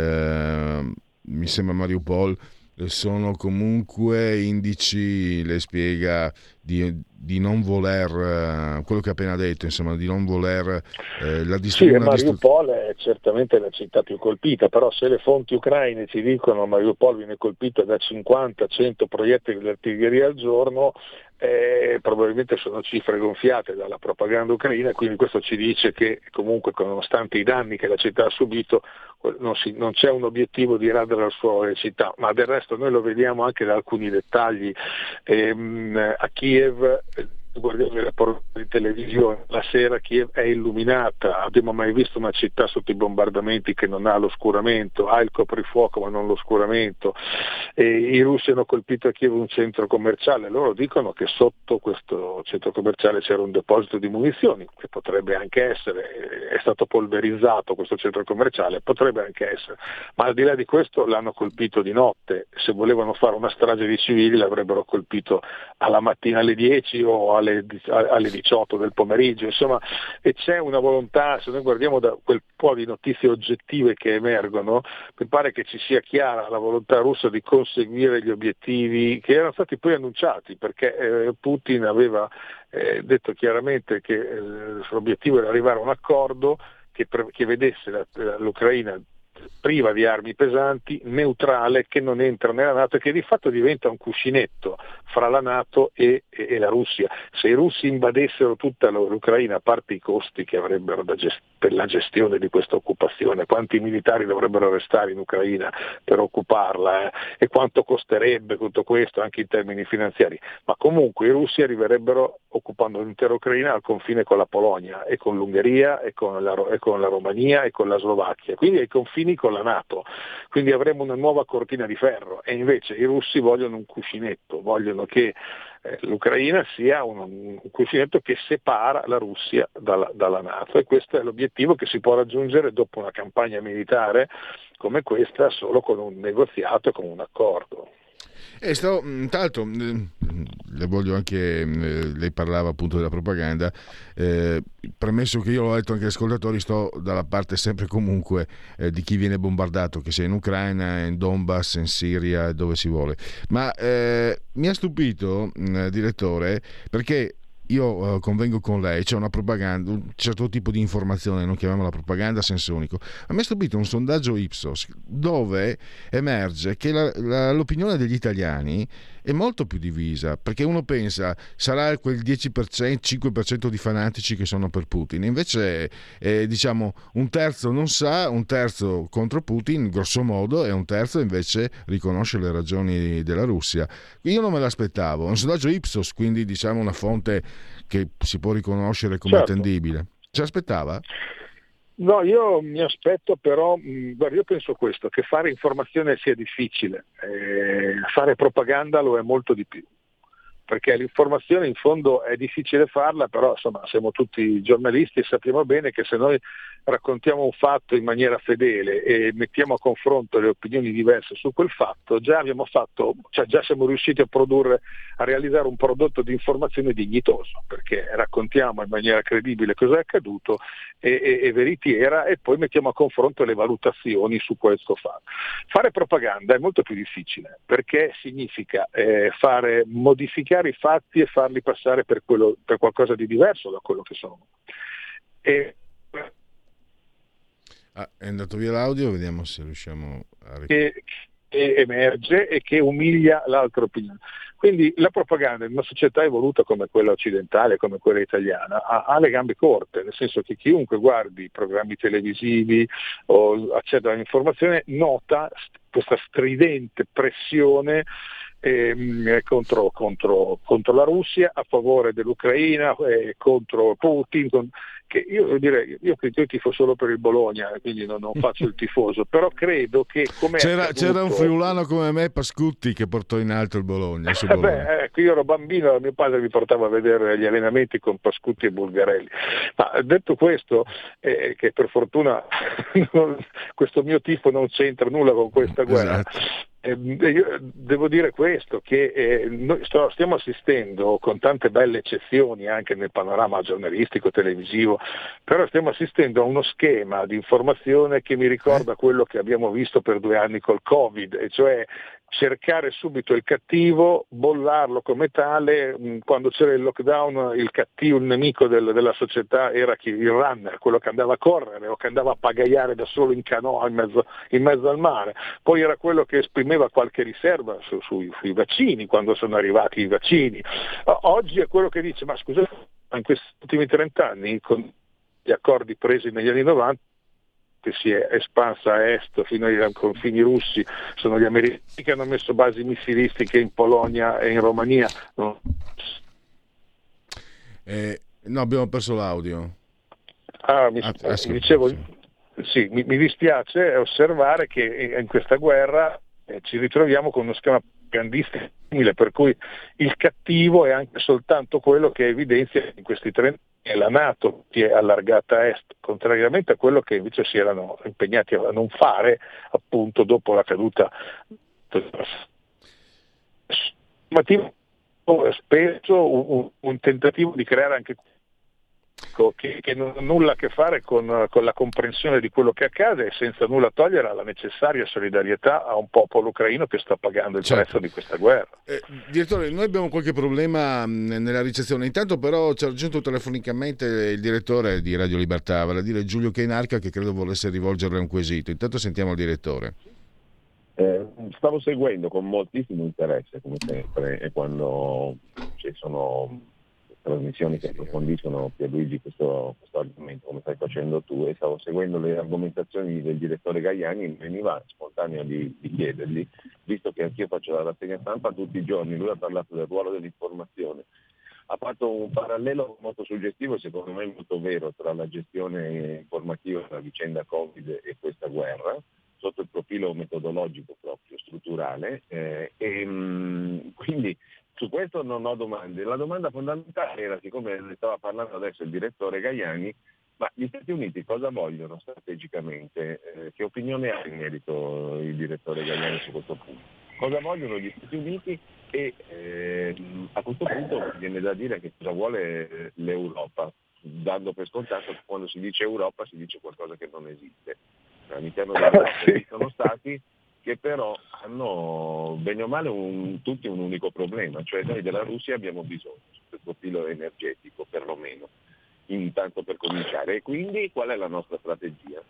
Mi sembra Mariupol sono comunque indici, lei spiega, di non voler, quello che ha appena detto, insomma, di non voler la distruzione. Sì, Mariupol è certamente la città più colpita, però se le fonti ucraine ci dicono che Mariupol viene colpita da 50-100 proiettili di artiglieria al giorno, probabilmente sono cifre gonfiate dalla propaganda ucraina, quindi questo ci dice che comunque, nonostante i danni che la città ha subito, non c'è un obiettivo di radere al suolo le città, ma del resto noi lo vediamo anche da alcuni dettagli. A Kiev, guardiamo i rapporti di televisione, la sera Kiev è illuminata, abbiamo mai visto una città sotto i bombardamenti che non ha l'oscuramento, ha il coprifuoco ma non l'oscuramento. I russi hanno colpito a Kiev un centro commerciale, loro dicono che sotto questo centro commerciale c'era un deposito di munizioni, che potrebbe anche essere, è stato polverizzato questo centro commerciale, potrebbe anche essere, ma al di là di questo l'hanno colpito di notte. Se volevano fare una strage di civili l'avrebbero colpito alla mattina alle 10 o alle 18 del pomeriggio, insomma, e c'è una volontà. Se noi guardiamo da quel po' di notizie oggettive che emergono, mi pare che ci sia chiara la volontà russa di conseguire gli obiettivi che erano stati poi annunciati, perché Putin aveva detto chiaramente che l'obiettivo era arrivare a un accordo che vedesse l'Ucraina priva di armi pesanti, neutrale, che non entra nella NATO e che di fatto diventa un cuscinetto fra la NATO e la Russia. Se i russi invadessero tutta l'Ucraina, a parte i costi che avrebbero per la gestione di questa occupazione, quanti militari dovrebbero restare in Ucraina per occuparla, e quanto costerebbe tutto questo anche in termini finanziari, ma comunque i russi arriverebbero, occupando l'intera Ucraina, al confine con la Polonia e con l'Ungheria e con la Romania e con la Slovacchia, quindi ai confini con la NATO, quindi avremo una nuova cortina di ferro, e invece i russi vogliono un cuscinetto, vogliono pensano che l'Ucraina sia un confine che separa la Russia dalla NATO, e questo è l'obiettivo che si può raggiungere dopo una campagna militare come questa solo con un negoziato e con un accordo. Tra l'altro, le voglio anche, lei parlava appunto della propaganda, premesso che io l'ho detto anche agli ascoltatori, sto dalla parte sempre e comunque di chi viene bombardato, che sia in Ucraina, in Donbass, in Siria, dove si vuole. Ma mi ha stupito, direttore, perché io convengo con lei, c'è una propaganda, un certo tipo di informazione, non chiamiamola propaganda a senso unico. A me ha stupito un sondaggio Ipsos dove emerge che l'opinione degli italiani è molto più divisa, perché uno pensa sarà quel 10%, 5% di fanatici che sono per Putin, invece diciamo un terzo non sa, un terzo contro Putin grosso modo, e un terzo invece riconosce le ragioni della Russia. Io non me l'aspettavo, un sondaggio Ipsos, quindi diciamo una fonte che si può riconoscere come attendibile. Ce l'aspettava? No, io mi aspetto però, guarda, io penso questo, che fare informazione sia difficile, fare propaganda lo è molto di più, perché l'informazione in fondo è difficile farla, però insomma siamo tutti giornalisti e sappiamo bene che se noi raccontiamo un fatto in maniera fedele e mettiamo a confronto le opinioni diverse su quel fatto, già siamo riusciti a realizzare un prodotto di informazione dignitoso, perché raccontiamo in maniera credibile cosa è accaduto e veritiera, e poi mettiamo a confronto le valutazioni su questo fatto. Fare propaganda è molto più difficile, perché significa modificare i fatti e farli passare per qualcosa di diverso da quello che sono. È andato via l'audio, vediamo se riusciamo a che emerge e che umilia l'altra opinione. Quindi la propaganda in una società evoluta come quella occidentale, come quella italiana, ha le gambe corte, nel senso che chiunque guardi programmi televisivi o acceda all'informazione nota questa stridente pressione contro la Russia, a favore dell'Ucraina, contro Putin, che io tifo solo per il Bologna, quindi non faccio il tifoso, però credo che c'era un friulano come me, Pascutti, che portò in alto il Bologna. Io ero bambino, mio padre mi portava a vedere gli allenamenti con Pascutti e Bulgarelli. Ma detto questo, che per fortuna questo mio tifo non c'entra nulla con questa guerra. Esatto. Io devo dire questo, che noi stiamo assistendo, con tante belle eccezioni anche nel panorama giornalistico, televisivo, però stiamo assistendo a uno schema di informazione che mi ricorda quello che abbiamo visto per 2 anni col Covid, e cioè cercare subito il cattivo, bollarlo come tale. Quando c'era il lockdown, il cattivo, il nemico della società era il runner, quello che andava a correre o che andava a pagaiare da solo in canoa in mezzo al mare. Poi era quello che esprimeva qualche riserva sui vaccini, quando sono arrivati i vaccini. Oggi è quello che dice: ma scusate, in questi ultimi 30 anni, con gli accordi presi negli anni 90, che si è espansa a est fino ai confini russi, sono gli americani che hanno messo basi missilistiche in Polonia e in Romania. No, abbiamo perso l'audio. Mi dispiace osservare che in questa guerra ci ritroviamo con uno schema propagandista simile, per cui il cattivo è anche soltanto quello che evidenzia in questi 30 anni la NATO si è allargata a est, contrariamente a quello che invece si erano impegnati a non fare appunto dopo la caduta. Spesso un tentativo di creare anche che non ha nulla a che fare con la comprensione di quello che accade, senza nulla togliere alla necessaria solidarietà a un popolo ucraino che sta pagando il prezzo di questa guerra. Direttore, noi abbiamo qualche problema nella ricezione, intanto però ci ha raggiunto telefonicamente il direttore di Radio Libertà, vale a dire Giulio Cainarca, che credo volesse rivolgerle un quesito. Intanto sentiamo il direttore. Stavo seguendo con moltissimo interesse, come sempre, e quando ci sono trasmissioni che approfondiscono, Pierluigi, questo argomento, come stai facendo tu, e stavo seguendo le argomentazioni del direttore Gaiani, e mi veniva spontaneo di chiedergli, visto che anch'io faccio la rassegna stampa tutti i giorni, lui ha parlato del ruolo dell'informazione, ha fatto un parallelo molto suggestivo e secondo me molto vero tra la gestione informativa della vicenda Covid e questa guerra, sotto il profilo metodologico proprio, strutturale, quindi su questo non ho domande. La domanda fondamentale era, siccome ne stava parlando adesso il direttore Gaiani, ma gli Stati Uniti cosa vogliono strategicamente? Che opinione ha in merito il direttore Gaiani su questo punto? Cosa vogliono gli Stati Uniti? E a questo punto viene da dire che cosa vuole l'Europa, dando per scontato che quando si dice Europa si dice qualcosa che non esiste. All'interno dell'Europa esistono stati che però hanno bene o male tutti un unico problema, cioè noi della Russia abbiamo bisogno, sul profilo energetico perlomeno, intanto per cominciare. E quindi qual è la nostra strategia?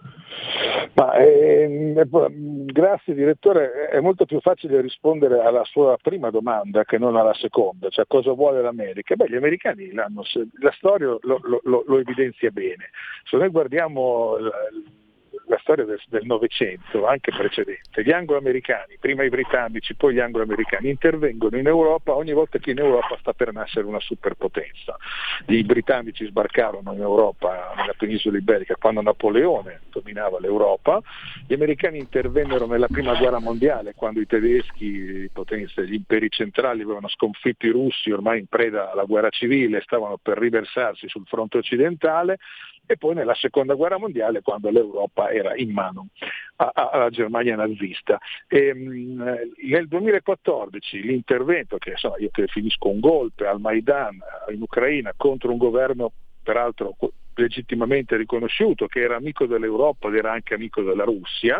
Grazie direttore, è molto più facile rispondere alla sua prima domanda che non alla seconda, cioè cosa vuole l'America? Gli americani la storia lo evidenzia bene. Se noi guardiamo la storia del Novecento, anche precedente, gli anglo-americani, prima i britannici, poi gli anglo-americani, intervengono in Europa ogni volta che in Europa sta per nascere una superpotenza. I britannici sbarcarono in Europa, nella penisola iberica, quando Napoleone dominava l'Europa, gli americani intervennero nella prima guerra mondiale, quando i tedeschi, gli imperi centrali avevano sconfitto i russi, ormai in preda alla guerra civile, stavano per riversarsi sul fronte occidentale, e poi nella seconda guerra mondiale, quando l'Europa era in mano alla Germania nazista. Nel 2014 l'intervento, che io definisco un golpe al Maidan in Ucraina contro un governo peraltro legittimamente riconosciuto, che era amico dell'Europa ed era anche amico della Russia,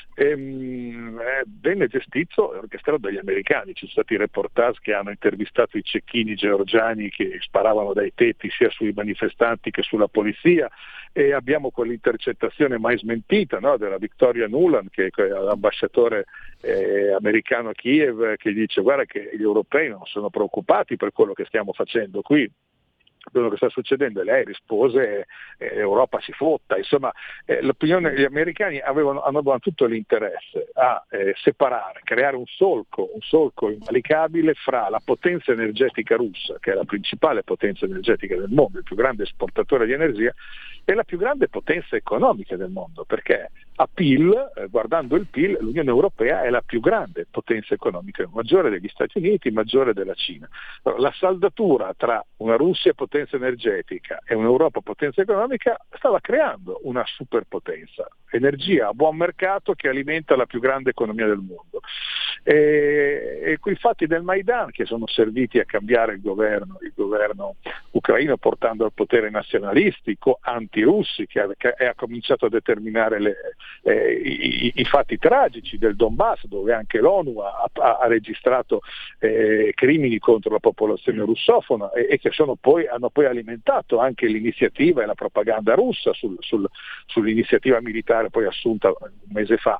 venne gestito e orchestrato dagli americani. Ci sono stati reportage che hanno intervistato i cecchini georgiani che sparavano dai tetti sia sui manifestanti che sulla polizia, e abbiamo quell'intercettazione mai smentita, no, della Victoria Nuland, che è l'ambasciatore americano a Kiev, che dice: guarda che gli europei non sono preoccupati per quello che stiamo facendo qui, quello che sta succedendo. E lei rispose: Europa si fotta. Insomma, l'opinione, gli americani hanno tutto l'interesse a separare, creare un solco invalicabile fra la potenza energetica russa, che è la principale potenza energetica del mondo, il più grande esportatore di energia, e la più grande potenza economica del mondo, perché a PIL, guardando il PIL, l'Unione Europea è la più grande potenza economica, maggiore degli Stati Uniti, maggiore della Cina. La saldatura tra una Russia potenza energetica e un'Europa potenza economica stava creando una superpotenza, energia a buon mercato che alimenta la più grande economia del mondo. E quei fatti del Maidan, che sono serviti a cambiare il governo ucraino, portando al potere nazionalistico antirussi, che ha cominciato a determinare i fatti tragici del Donbass, dove anche l'ONU ha registrato crimini contro la popolazione russofona, e che hanno poi alimentato anche l'iniziativa e la propaganda russa sull'iniziativa militare poi assunta un mese fa.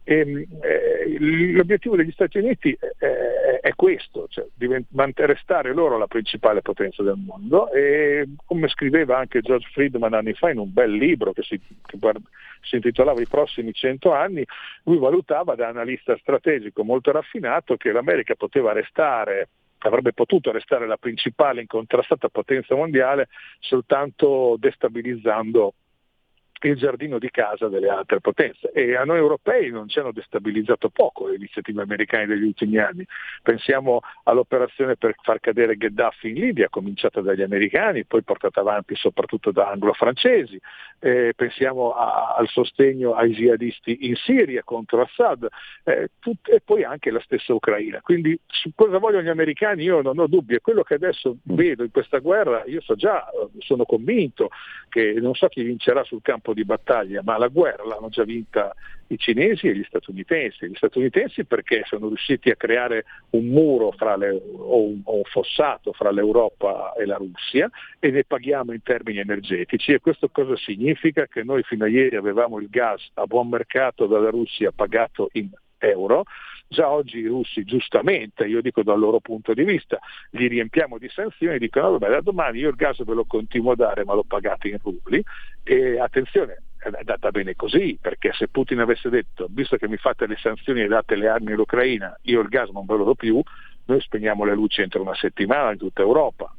L'obiettivo degli Stati Uniti è questo, cioè restare loro la principale potenza del mondo, e come scriveva anche George Friedman anni fa in un bel libro che si intitolava I prossimi 100 anni, lui valutava, da analista strategico molto raffinato, che l'America avrebbe potuto restare la principale incontrastata potenza mondiale soltanto destabilizzando il giardino di casa delle altre potenze. E a noi europei non ci hanno destabilizzato poco le iniziative americane degli ultimi anni. Pensiamo all'operazione per far cadere Gheddafi in Libia, cominciata dagli americani, poi portata avanti soprattutto da anglo-francesi. Pensiamo al sostegno ai jihadisti in Siria contro Assad, e poi anche la stessa Ucraina. Quindi su cosa vogliono gli americani io non ho dubbi, e quello che adesso vedo in questa guerra, io sono convinto che non so chi vincerà sul campo di battaglia, ma la guerra l'hanno già vinta i cinesi e gli statunitensi. Gli statunitensi perché sono riusciti a creare un muro o un fossato fra l'Europa e la Russia, e ne paghiamo in termini energetici. E questo cosa significa? Che noi fino a ieri avevamo il gas a buon mercato dalla Russia pagato in euro. Già oggi i russi, giustamente, io dico dal loro punto di vista, li riempiamo di sanzioni e dicono: vabbè, da domani io il gas ve lo continuo a dare, ma lo pagate in rubli. E attenzione, è andata bene così, perché se Putin avesse detto: visto che mi fate le sanzioni e date le armi all'Ucraina, io il gas non ve lo do più, noi spegniamo le luci entro una settimana in tutta Europa.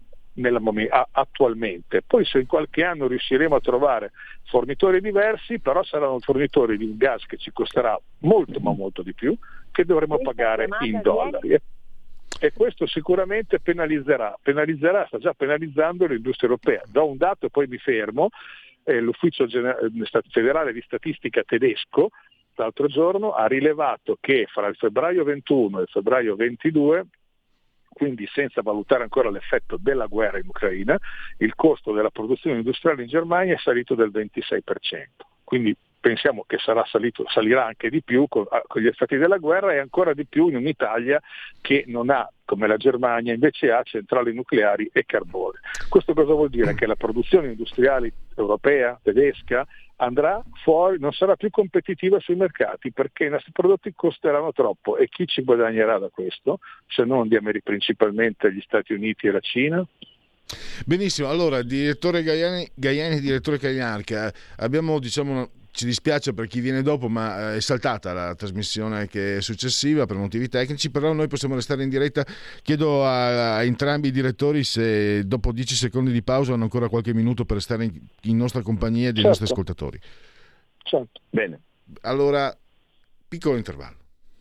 Attualmente, poi se in qualche anno riusciremo a trovare fornitori diversi, però saranno fornitori di un gas che ci costerà molto ma molto di più, che dovremo pagare in dollari. e questo sicuramente penalizzerà, sta già penalizzando l'industria europea. Do un dato e poi mi fermo. L'Ufficio federale di statistica tedesco l'altro giorno ha rilevato che fra il febbraio 21 e il febbraio 22, quindi senza valutare ancora l'effetto della guerra in Ucraina, il costo della produzione industriale in Germania è salito del 26%. Quindi pensiamo che salirà anche di più con gli effetti della guerra, e ancora di più in un'Italia che non ha, come la Germania, invece ha centrali nucleari e carbone. Questo cosa vuol dire? Che la produzione industriale europea, tedesca, andrà fuori, non sarà più competitiva sui mercati perché i nostri prodotti costeranno troppo. E chi ci guadagnerà da questo, se non principalmente gli Stati Uniti e la Cina? Benissimo, allora direttore Gaiani, direttore Cainarca, abbiamo ci dispiace per chi viene dopo, ma è saltata la trasmissione che è successiva per motivi tecnici, però noi possiamo restare in diretta. Chiedo a entrambi i direttori se dopo 10 secondi di pausa hanno ancora qualche minuto per stare in nostra compagnia e dei nostri ascoltatori. Certo. Bene. Allora, piccolo intervallo.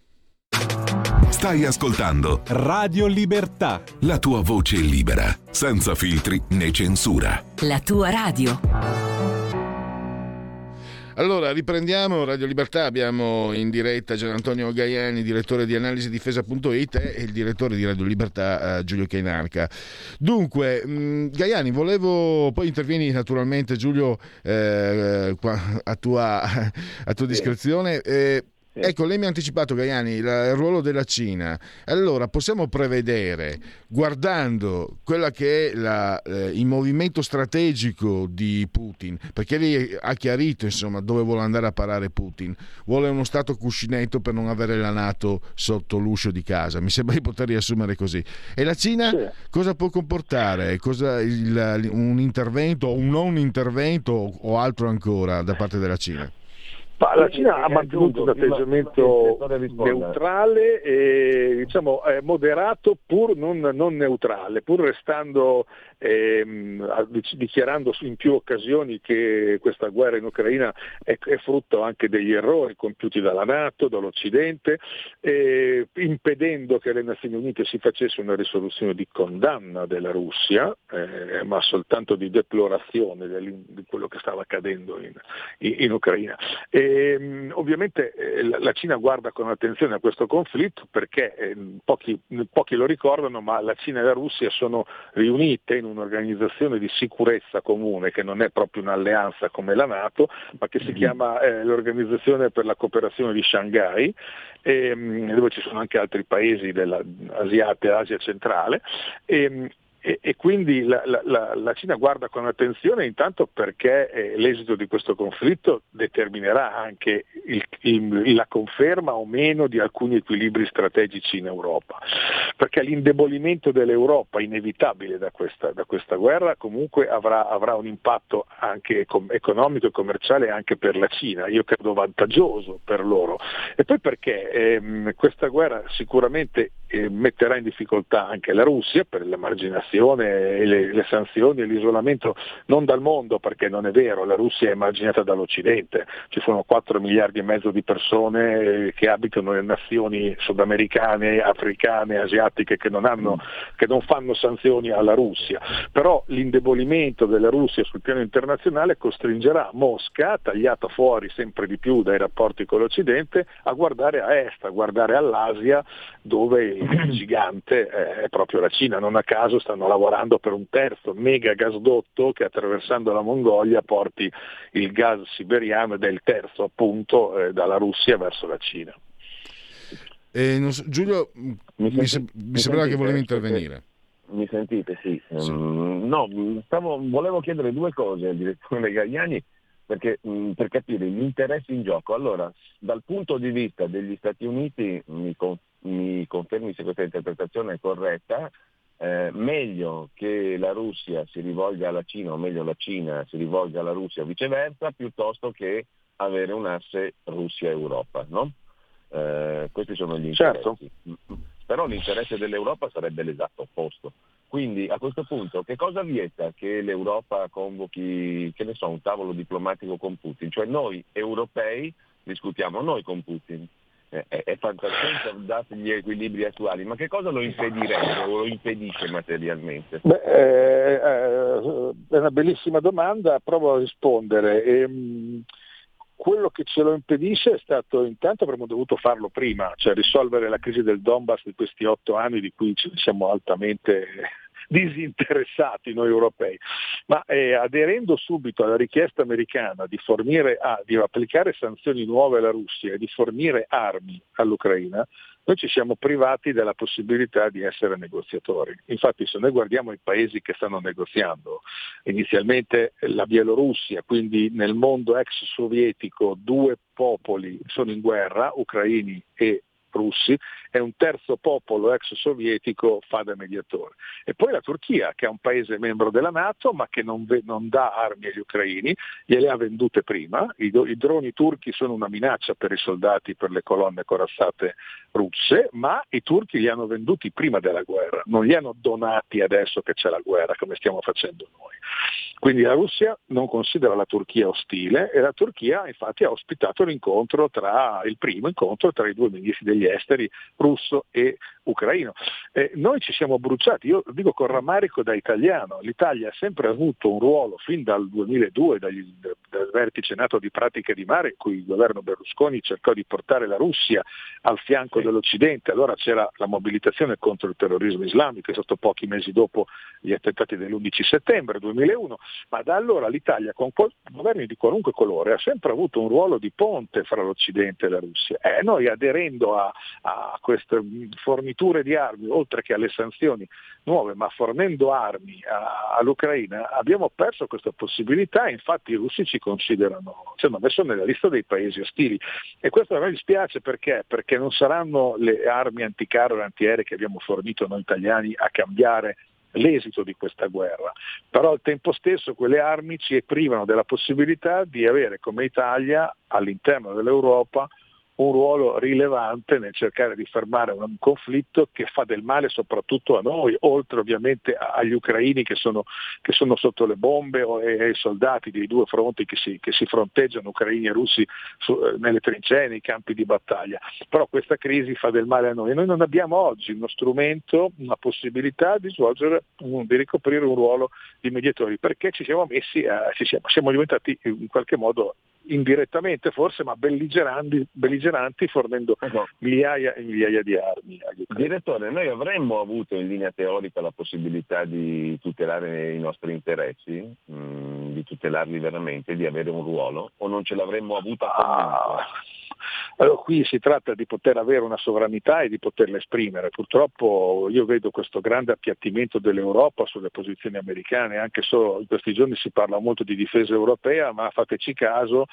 Stai ascoltando Radio Libertà, la tua voce libera, senza filtri né censura. La tua radio. Allora, riprendiamo Radio Libertà, abbiamo in diretta Gian Antonio Gaiani, direttore di analisidifesa.it, e il direttore di Radio Libertà Giulio Cainarca. Dunque, Gaiani, poi intervieni naturalmente Giulio a tua discrezione. Ecco, lei mi ha anticipato, Gaiani, il ruolo della Cina. Allora, possiamo prevedere, guardando quella che è il movimento strategico di Putin, perché lei ha chiarito insomma dove vuole andare a parare Putin, vuole uno stato cuscinetto per non avere la NATO sotto l'uscio di casa, mi sembra di poter riassumere così. E la Cina cosa può comportare? Un intervento o un non intervento o altro ancora da parte della Cina? La Cina ha mantenuto un atteggiamento neutrale e moderato, pur non neutrale, pur restando dichiarando in più occasioni che questa guerra in Ucraina è frutto anche degli errori compiuti dalla NATO, dall'Occidente, impedendo che le Nazioni Unite si facesse una risoluzione di condanna della Russia, ma soltanto di deplorazione di quello che stava accadendo in Ucraina. Ovviamente la Cina guarda con attenzione a questo conflitto perché pochi lo ricordano, ma la Cina e la Russia sono riunite in un'organizzazione di sicurezza comune che non è proprio un'alleanza come la NATO, ma che si chiama l'Organizzazione per la cooperazione di Shanghai, dove ci sono anche altri paesi Asia centrale. E quindi la Cina guarda con attenzione intanto perché l'esito di questo conflitto determinerà anche la conferma o meno di alcuni equilibri strategici in Europa, perché l'indebolimento dell'Europa inevitabile da questa guerra comunque avrà un impatto anche economico e commerciale anche per la Cina, io credo vantaggioso per loro, e poi perché questa guerra sicuramente metterà in difficoltà anche la Russia per l'emarginazione e le sanzioni e l'isolamento, non dal mondo, perché non è vero, la Russia è emarginata dall'Occidente, ci sono 4 miliardi e mezzo di persone che abitano nelle nazioni sudamericane, africane, asiatiche che non fanno sanzioni alla Russia, però l'indebolimento della Russia sul piano internazionale costringerà Mosca, tagliata fuori sempre di più dai rapporti con l'Occidente, a guardare a est, a guardare all'Asia, dove il gigante è proprio la Cina. Non a caso stanno lavorando per un terzo mega gasdotto che, attraversando la Mongolia, porti il gas siberiano, ed è il terzo appunto dalla Russia verso la Cina. Giulio, mi sembrava che volevi intervenire. Mi sentite? Sì. Volevo chiedere due cose al direttore Gaiani per capire gli interessi in gioco. Allora, dal punto di vista degli Stati Uniti, mi confermi se questa interpretazione è corretta, meglio che la Russia si rivolga alla Cina, o meglio la Cina si rivolga alla Russia o viceversa, piuttosto che avere un asse Russia-Europa, no? Questi sono gli interessi. Certo. Però l'interesse dell'Europa sarebbe l'esatto opposto. Quindi a questo punto che cosa vieta che l'Europa convochi, un tavolo diplomatico con Putin? Cioè noi europei discutiamo noi con Putin è fantascienza dati gli equilibri attuali, ma che cosa lo impedirebbe o lo impedisce materialmente? È una bellissima domanda, provo a rispondere. Quello che ce lo impedisce è stato, intanto avremmo dovuto farlo prima, cioè risolvere la crisi del Donbass di questi 8 anni di cui ci siamo altamente disinteressati noi europei, ma aderendo subito alla richiesta americana di di applicare sanzioni nuove alla Russia e di fornire armi all'Ucraina, noi ci siamo privati della possibilità di essere negoziatori. Infatti se noi guardiamo i paesi che stanno negoziando, inizialmente la Bielorussia, quindi nel mondo ex sovietico 2 popoli sono in guerra, ucraini e russi, e un terzo popolo ex sovietico fa da mediatore. E poi la Turchia, che è un paese membro della NATO ma che non dà armi agli ucraini, gliele ha vendute prima. I droni turchi sono una minaccia per i soldati, per le colonne corazzate russe, ma i turchi li hanno venduti prima della guerra, non li hanno donati adesso che c'è la guerra come stiamo facendo noi. Quindi la Russia non considera la Turchia ostile e la Turchia infatti ha ospitato il primo incontro tra i 2 ministri degli esteri russo e ucraino. Noi ci siamo bruciati, io dico con rammarico da italiano, l'Italia ha sempre avuto un ruolo fin dal 2002, dal vertice NATO di Pratica di Mare, in cui il governo Berlusconi cercò di portare la Russia al fianco dell'Occidente. Allora c'era la mobilitazione contro il terrorismo islamico, è stato pochi mesi dopo gli attentati dell'11 settembre 2001, ma da allora l'Italia con governi di qualunque colore ha sempre avuto un ruolo di ponte fra l'Occidente e la Russia. Noi aderendo a queste forniture di armi, oltre che alle sanzioni nuove, ma fornendo armi all'Ucraina, abbiamo perso questa possibilità. Infatti i russi ci considerano, ci hanno messo nella lista dei paesi ostili, e questo a me dispiace perché non saranno le armi anticarro e antiaeree che abbiamo fornito noi italiani a cambiare l'esito di questa guerra, però al tempo stesso quelle armi ci privano della possibilità di avere come Italia all'interno dell'Europa un ruolo rilevante nel cercare di fermare un conflitto che fa del male soprattutto a noi, oltre ovviamente agli ucraini che sono sotto le bombe e ai soldati dei 2 fronti che si fronteggiano, ucraini e russi, nelle trincee, nei campi di battaglia. Però questa crisi fa del male a noi e noi non abbiamo oggi uno strumento, una possibilità di ricoprire un ruolo di mediatori, perché ci siamo diventati in qualche modo indirettamente forse, ma belligeranti fornendo migliaia e migliaia di armi agli ucraini. Direttore, noi avremmo avuto in linea teorica la possibilità di tutelare i nostri interessi, di tutelarli veramente, di avere un ruolo, o non ce l'avremmo avuta comunque? Allora, qui si tratta di poter avere una sovranità e di poterla esprimere. Purtroppo io vedo questo grande appiattimento dell'Europa sulle posizioni americane, anche solo in questi giorni si parla molto di difesa europea, ma fateci caso,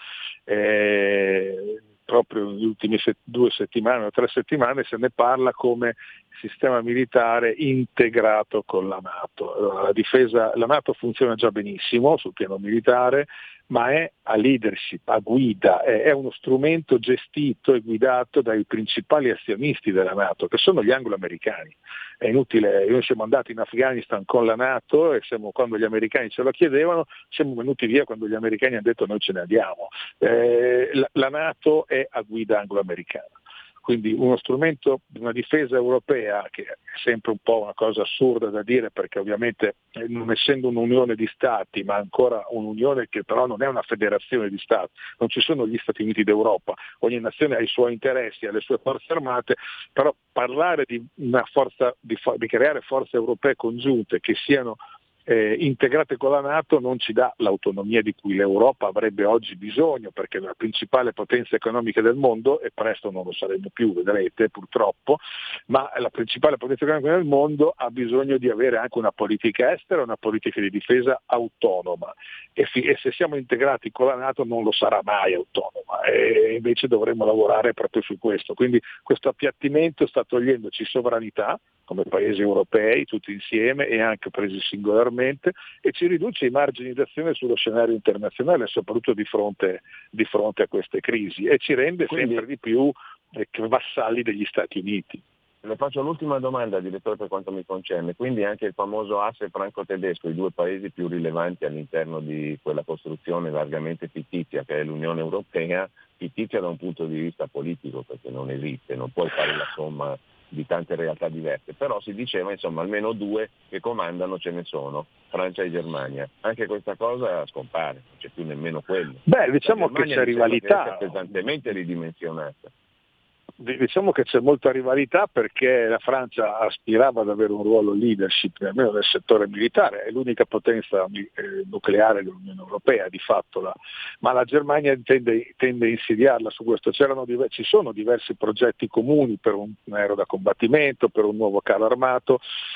proprio negli ultimi 2 settimane o 3 settimane se ne parla come sistema militare integrato con la NATO. Allora, la NATO funziona già benissimo sul piano militare, ma è a leadership, a guida, è uno strumento gestito e guidato dai principali azionisti della NATO, che sono gli anglo-americani. È inutile, noi siamo andati in Afghanistan con la NATO e quando gli americani ce lo chiedevano, siamo venuti via quando gli americani hanno detto noi ce ne andiamo. La NATO è a guida anglo-americana. Quindi uno strumento di una difesa europea, che è sempre un po' una cosa assurda da dire, perché ovviamente non essendo un'unione di stati, ma ancora un'unione che però non è una federazione di stati, non ci sono gli Stati Uniti d'Europa, ogni nazione ha i suoi interessi, ha le sue forze armate, però parlare di una forza, di creare forze europee congiunte che siano integrate con la NATO non ci dà l'autonomia di cui l'Europa avrebbe oggi bisogno, perché è la principale potenza economica del mondo, e presto non lo saremo più, vedrete purtroppo, ma la principale potenza economica del mondo ha bisogno di avere anche una politica estera, una politica di difesa autonoma, e se siamo integrati con la NATO non lo sarà mai autonoma, e invece dovremmo lavorare proprio su questo. Quindi questo appiattimento sta togliendoci sovranità come paesi europei tutti insieme e anche presi singolarmente, e ci riduce i margini d'azione sullo scenario internazionale, soprattutto di fronte a queste crisi, e ci rende sempre di più vassalli degli Stati Uniti. Le faccio l'ultima domanda, direttore, per quanto mi concerne. Quindi anche il famoso asse franco-tedesco, i due paesi più rilevanti all'interno di quella costruzione largamente fittizia che è l'Unione Europea, fittizia da un punto di vista politico, perché non esiste, non puoi fare la somma di tante realtà diverse, però si diceva insomma almeno due che comandano ce ne sono, Francia e Germania. Anche questa cosa scompare, non c'è più nemmeno quello. Beh, diciamo che c'è rivalità. Che è pesantemente ridimensionata. Diciamo che c'è molta rivalità perché la Francia aspirava ad avere un ruolo leadership, almeno nel settore militare, è l'unica potenza nucleare dell'Unione Europea di fatto, ma la Germania tende a insidiarla su questo. Ci sono diversi progetti comuni per un aereo da combattimento, per un nuovo carro armato,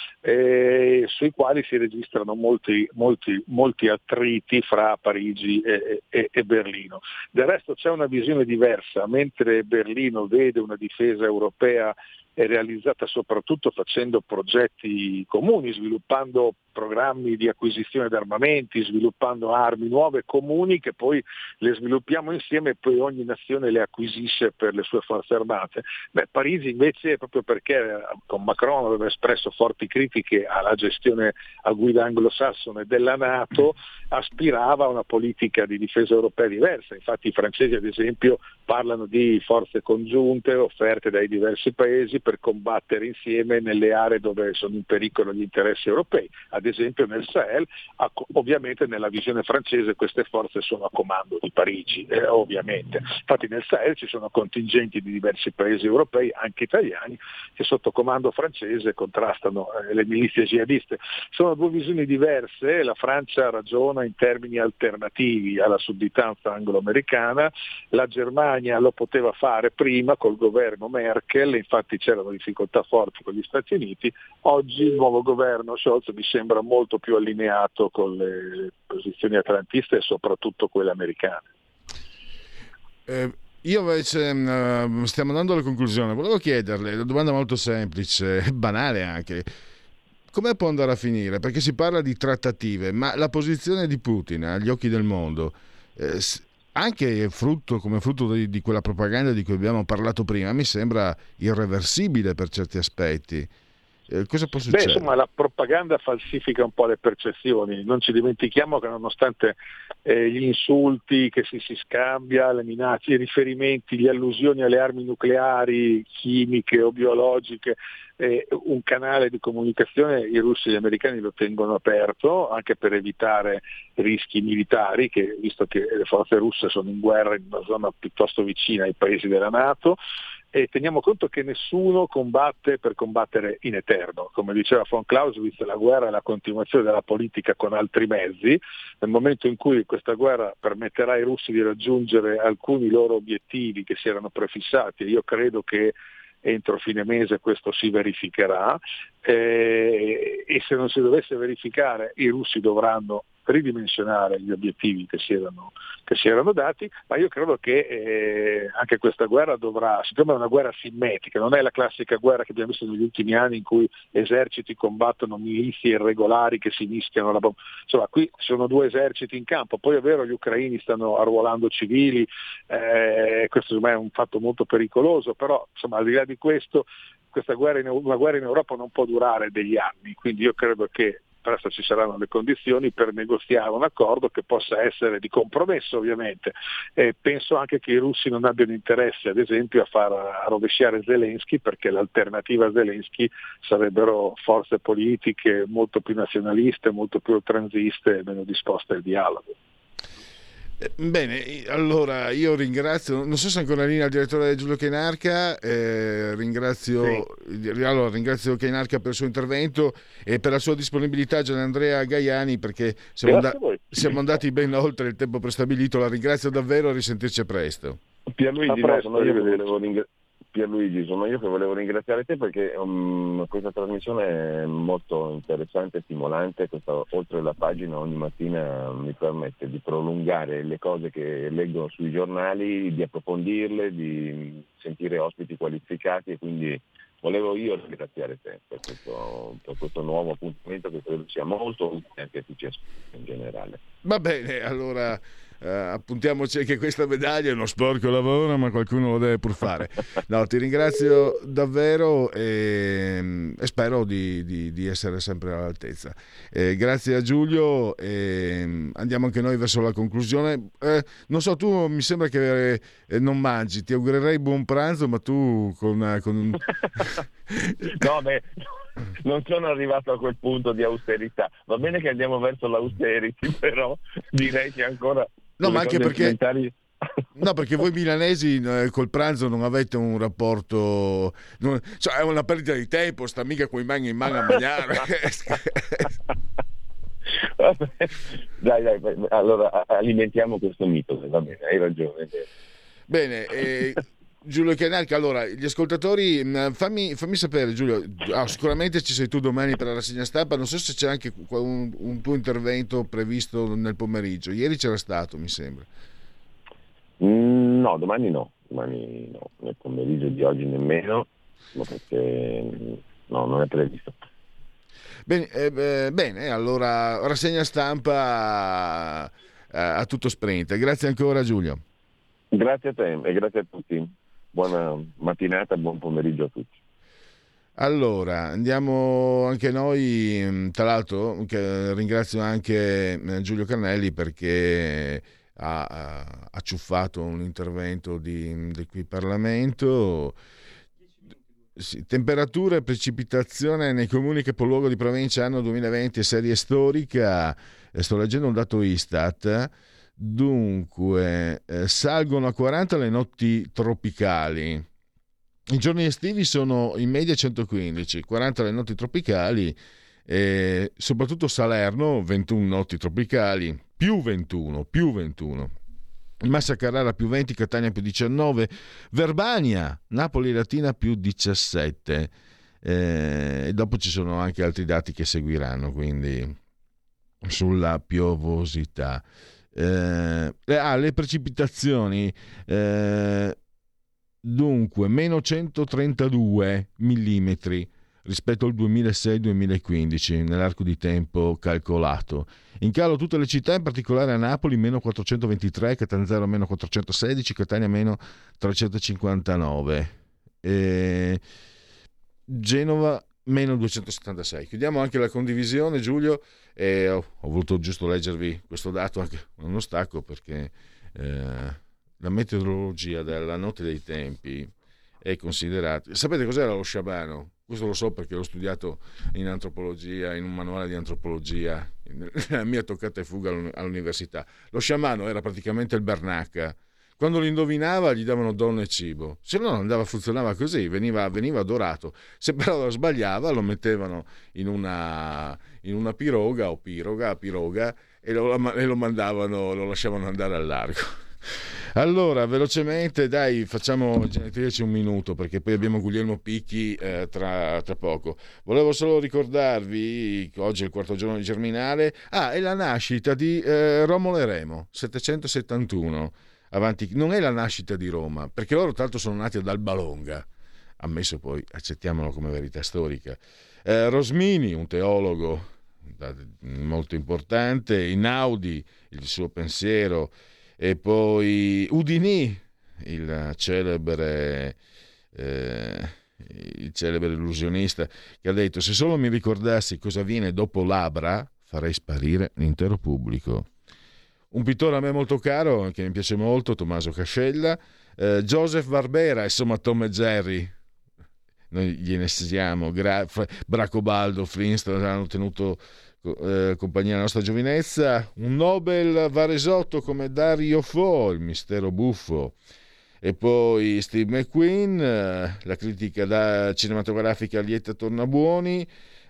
sui quali si registrano molti attriti fra Parigi e Berlino. Del resto c'è una visione diversa, mentre Berlino vede una difesa europea è realizzata soprattutto facendo progetti comuni, sviluppando programmi di acquisizione di armamenti, sviluppando armi nuove comuni che poi le sviluppiamo insieme e poi ogni nazione le acquisisce per le sue forze armate. Parigi invece, proprio perché con Macron aveva espresso forti critiche alla gestione a guida anglosassone della NATO, aspirava a una politica di difesa europea diversa. Infatti i francesi ad esempio parlano di forze congiunte offerte dai diversi paesi per combattere insieme nelle aree dove sono in pericolo gli interessi europei, ad esempio nel Sahel. Ovviamente nella visione francese queste forze sono a comando di Parigi, ovviamente. Infatti nel Sahel ci sono contingenti di diversi paesi europei, anche italiani, che sotto comando francese contrastano le milizie jihadiste. Sono due visioni diverse, la Francia ragiona in termini alternativi alla sudditanza anglo-americana, la Germania lo poteva fare prima col governo Merkel, infatti c'erano difficoltà forti con gli Stati Uniti. Oggi il nuovo governo Scholz mi sembra molto più allineato con le posizioni atlantiste e soprattutto quelle americane. Io invece stiamo andando alla conclusione, volevo chiederle una domanda molto semplice, banale anche. Come può andare a finire? Perché si parla di trattative, ma la posizione di Putin agli occhi del mondo, anche come frutto di quella propaganda di cui abbiamo parlato prima, mi sembra irreversibile per certi aspetti. Cosa può succedere? Insomma, la propaganda falsifica un po' le percezioni. Non ci dimentichiamo che nonostante gli insulti che si scambia, le minacce, i riferimenti, le allusioni alle armi nucleari, chimiche o biologiche, un canale di comunicazione i russi e gli americani lo tengono aperto anche per evitare rischi militari, che visto che le forze russe sono in guerra in una zona piuttosto vicina ai paesi della NATO. E teniamo conto che nessuno combatte per combattere in eterno. Come diceva von Clausewitz, la guerra è la continuazione della politica con altri mezzi. Nel momento in cui questa guerra permetterà ai russi di raggiungere alcuni loro obiettivi che si erano prefissati, io credo che entro fine mese questo si verificherà, e se non si dovesse verificare i russi dovranno ridimensionare gli obiettivi che si erano dati, ma io credo che anche questa guerra siccome è una guerra simmetrica, non è la classica guerra che abbiamo visto negli ultimi anni in cui eserciti combattono milizie irregolari che si mischiano insomma qui sono due eserciti in campo. Poi è vero, gli ucraini stanno arruolando civili, questo è un fatto molto pericoloso, però insomma al di là di questo una guerra in Europa non può durare degli anni, quindi io credo che presto ci saranno le condizioni per negoziare un accordo che possa essere di compromesso, ovviamente. Penso anche che i russi non abbiano interesse, ad esempio, a rovesciare Zelensky, perché l'alternativa a Zelensky sarebbero forze politiche molto più nazionaliste, molto più oltranziste e meno disposte al dialogo. Bene, allora io ringrazio, non so se è ancora in linea il direttore Giulio Cainarca, ringrazio Cainarca per il suo intervento e per la sua disponibilità, Gianandrea Gaiani, perché siamo andati ben oltre il tempo prestabilito. La ringrazio davvero, a risentirci a presto. Pierluigi, sono io che volevo ringraziare te perché questa trasmissione è molto interessante e stimolante. Oltre la pagina ogni mattina mi permette di prolungare le cose che leggo sui giornali, di approfondirle, di sentire ospiti qualificati, e quindi volevo io ringraziare te per questo nuovo appuntamento che credo sia molto utile anche a chi ci ascolta in generale. Va bene, allora appuntiamoci che questa medaglia è uno sporco lavoro, ma qualcuno lo deve pur fare. No, ti ringrazio davvero e spero di essere sempre all'altezza. Grazie a Giulio, andiamo anche noi verso la conclusione. Non so, tu mi sembra che non mangi, ti augurerei buon pranzo, ma tu con... No, beh, non sono arrivato a quel punto di austerità. Va bene che andiamo verso l'austerity, però direi che ancora... No, ma anche perché... alimentari... No, perché voi milanesi col pranzo non avete un rapporto... cioè, è una perdita di tempo, sta mica con i mani in mano a mangiare. Dai, allora alimentiamo questo mito, va bene, hai ragione. Bene, Giulio Chianalca, allora gli ascoltatori, fammi sapere, Giulio, sicuramente ci sei tu domani per la rassegna stampa, non so se c'è anche un tuo intervento previsto nel pomeriggio, ieri c'era stato mi sembra. No, domani no, nel pomeriggio di oggi nemmeno, perché no, non è previsto. Bene, allora rassegna stampa a tutto sprint, grazie ancora Giulio. Grazie a te e grazie a tutti. Buona mattinata, buon pomeriggio a tutti. Allora, andiamo anche noi, tra l'altro ringrazio anche Giulio Carnelli perché ha ciuffato un intervento del qui Parlamento. Sì, temperature e precipitazione nei comuni che capoluogo di provincia anno 2020 serie storica, sto leggendo un dato Istat. Dunque, salgono a 40 le notti tropicali. I giorni estivi sono in media 115, 40 le notti tropicali, soprattutto Salerno 21 notti tropicali, più 21. Massa Carrara più 20, Catania più 19, Verbania, Napoli Latina più 17. E dopo ci sono anche altri dati che seguiranno, quindi sulla piovosità. Le precipitazioni dunque meno 132 millimetri rispetto al 2006-2015 nell'arco di tempo calcolato. In calo tutte le città, in particolare a Napoli meno 423, Catanzaro meno 416, Catania meno 359, Genova meno 276. Chiudiamo anche la condivisione, Giulio, e ho voluto giusto leggervi questo dato anche uno stacco perché la meteorologia della notte dei tempi è considerata... Sapete cos'era lo sciabano? Questo lo so perché l'ho studiato in antropologia, in un manuale di antropologia, nella mia toccata e fuga all'università. Lo sciamano era praticamente il Bernacca. Quando lo indovinava gli davano donne e cibo, se no funzionava così, veniva adorato. Se però sbagliava lo mettevano in una piroga o piroga e lo mandavano, lo lasciavano andare al largo. Allora, velocemente, dai, facciamo genetriaci un minuto perché poi abbiamo Guglielmo Picchi tra poco. Volevo solo ricordarvi che oggi è il quarto giorno di Germinale. È la nascita di Romolo e Remo, 771. Avanti, non è la nascita di Roma, perché loro tanto sono nati ad Albalonga, ammesso poi, accettiamolo come verità storica. Rosmini, un teologo molto importante, Inaudi, il suo pensiero, e poi Houdini, il celebre illusionista, che ha detto: se solo mi ricordassi cosa avviene dopo Labra, farei sparire l'intero pubblico. Un pittore a me molto caro, che mi piace molto, Tommaso Cascella, Joseph Barbera, insomma Tom e Jerry, noi gliene siamo, Bracobaldo, Flintstone hanno tenuto compagnia alla nostra giovinezza, un Nobel Varesotto come Dario Fo, il mistero buffo, e poi Steve McQueen, la critica cinematografica lieta Tornabuoni,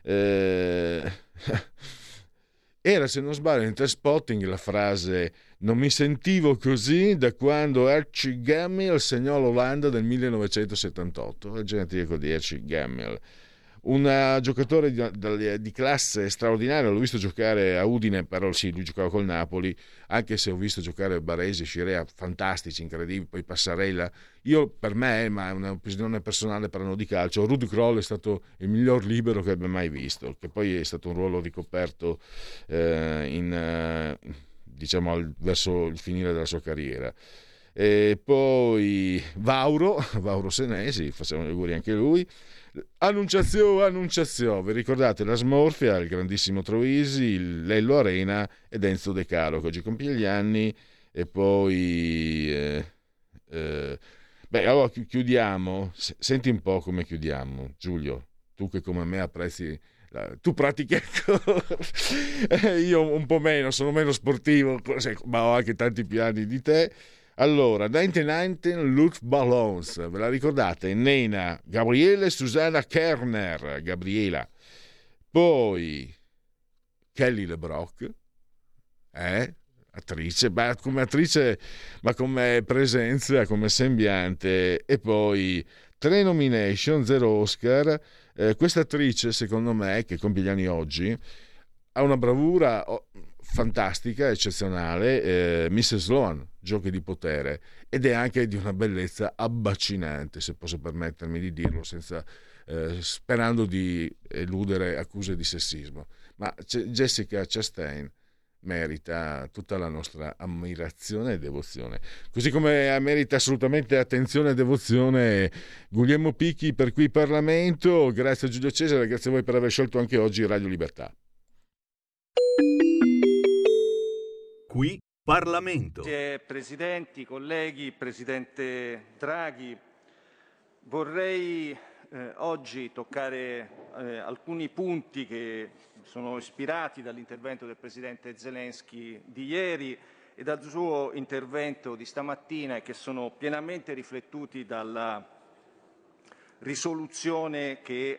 era, se non sbaglio, in Trainspotting la frase "non mi sentivo così da quando Archie Gamble segnò l'Olanda del 1978", il genetriaco di Archie Gamble, un giocatore di classe straordinaria. L'ho visto giocare a Udine, però sì, lui giocava col Napoli, anche se ho visto giocare Baresi, Scirea, fantastici, incredibili, poi Passarella. Per me, ma è un'opinione personale, parlando di calcio, Rudi Kroll è stato il miglior libero che abbia mai visto, che poi è stato un ruolo ricoperto diciamo verso il finire della sua carriera. E poi Vauro Senesi, facciamo gli auguri anche lui. Annunciazione, vi ricordate la smorfia, il grandissimo Troisi, il Lello Arena ed Enzo De Caro che oggi compie gli anni. E poi allora chiudiamo. Senti un po' come chiudiamo, Giulio, tu che come me apprezzi tu pratichi, io un po' meno, sono meno sportivo, ma ho anche tanti più anni di te. Allora, 1919 Luftballons, ve la ricordate? Nena, Gabriele Susanna Kerner, Gabriela. Poi Kelly LeBrock, attrice, come attrice, ma come presenza, come sembiante. E poi 3 nomination, 0 Oscar. Questa attrice, secondo me, che compie gli anni oggi, ha una bravura fantastica, eccezionale, Mrs. Sloan, Giochi di potere, ed è anche di una bellezza abbacinante, se posso permettermi di dirlo, senza sperando di eludere accuse di sessismo. Ma Jessica Chastain merita tutta la nostra ammirazione e devozione, così come merita assolutamente attenzione e devozione Guglielmo Picchi per Qui Parlamento. Grazie a Giulio Cesare, grazie a voi per aver scelto anche oggi Radio Libertà. Qui Parlamento. Presidenti, colleghi, Presidente Draghi, vorrei oggi toccare alcuni punti che sono ispirati dall'intervento del Presidente Zelensky di ieri e dal suo intervento di stamattina e che sono pienamente riflettuti dalla risoluzione che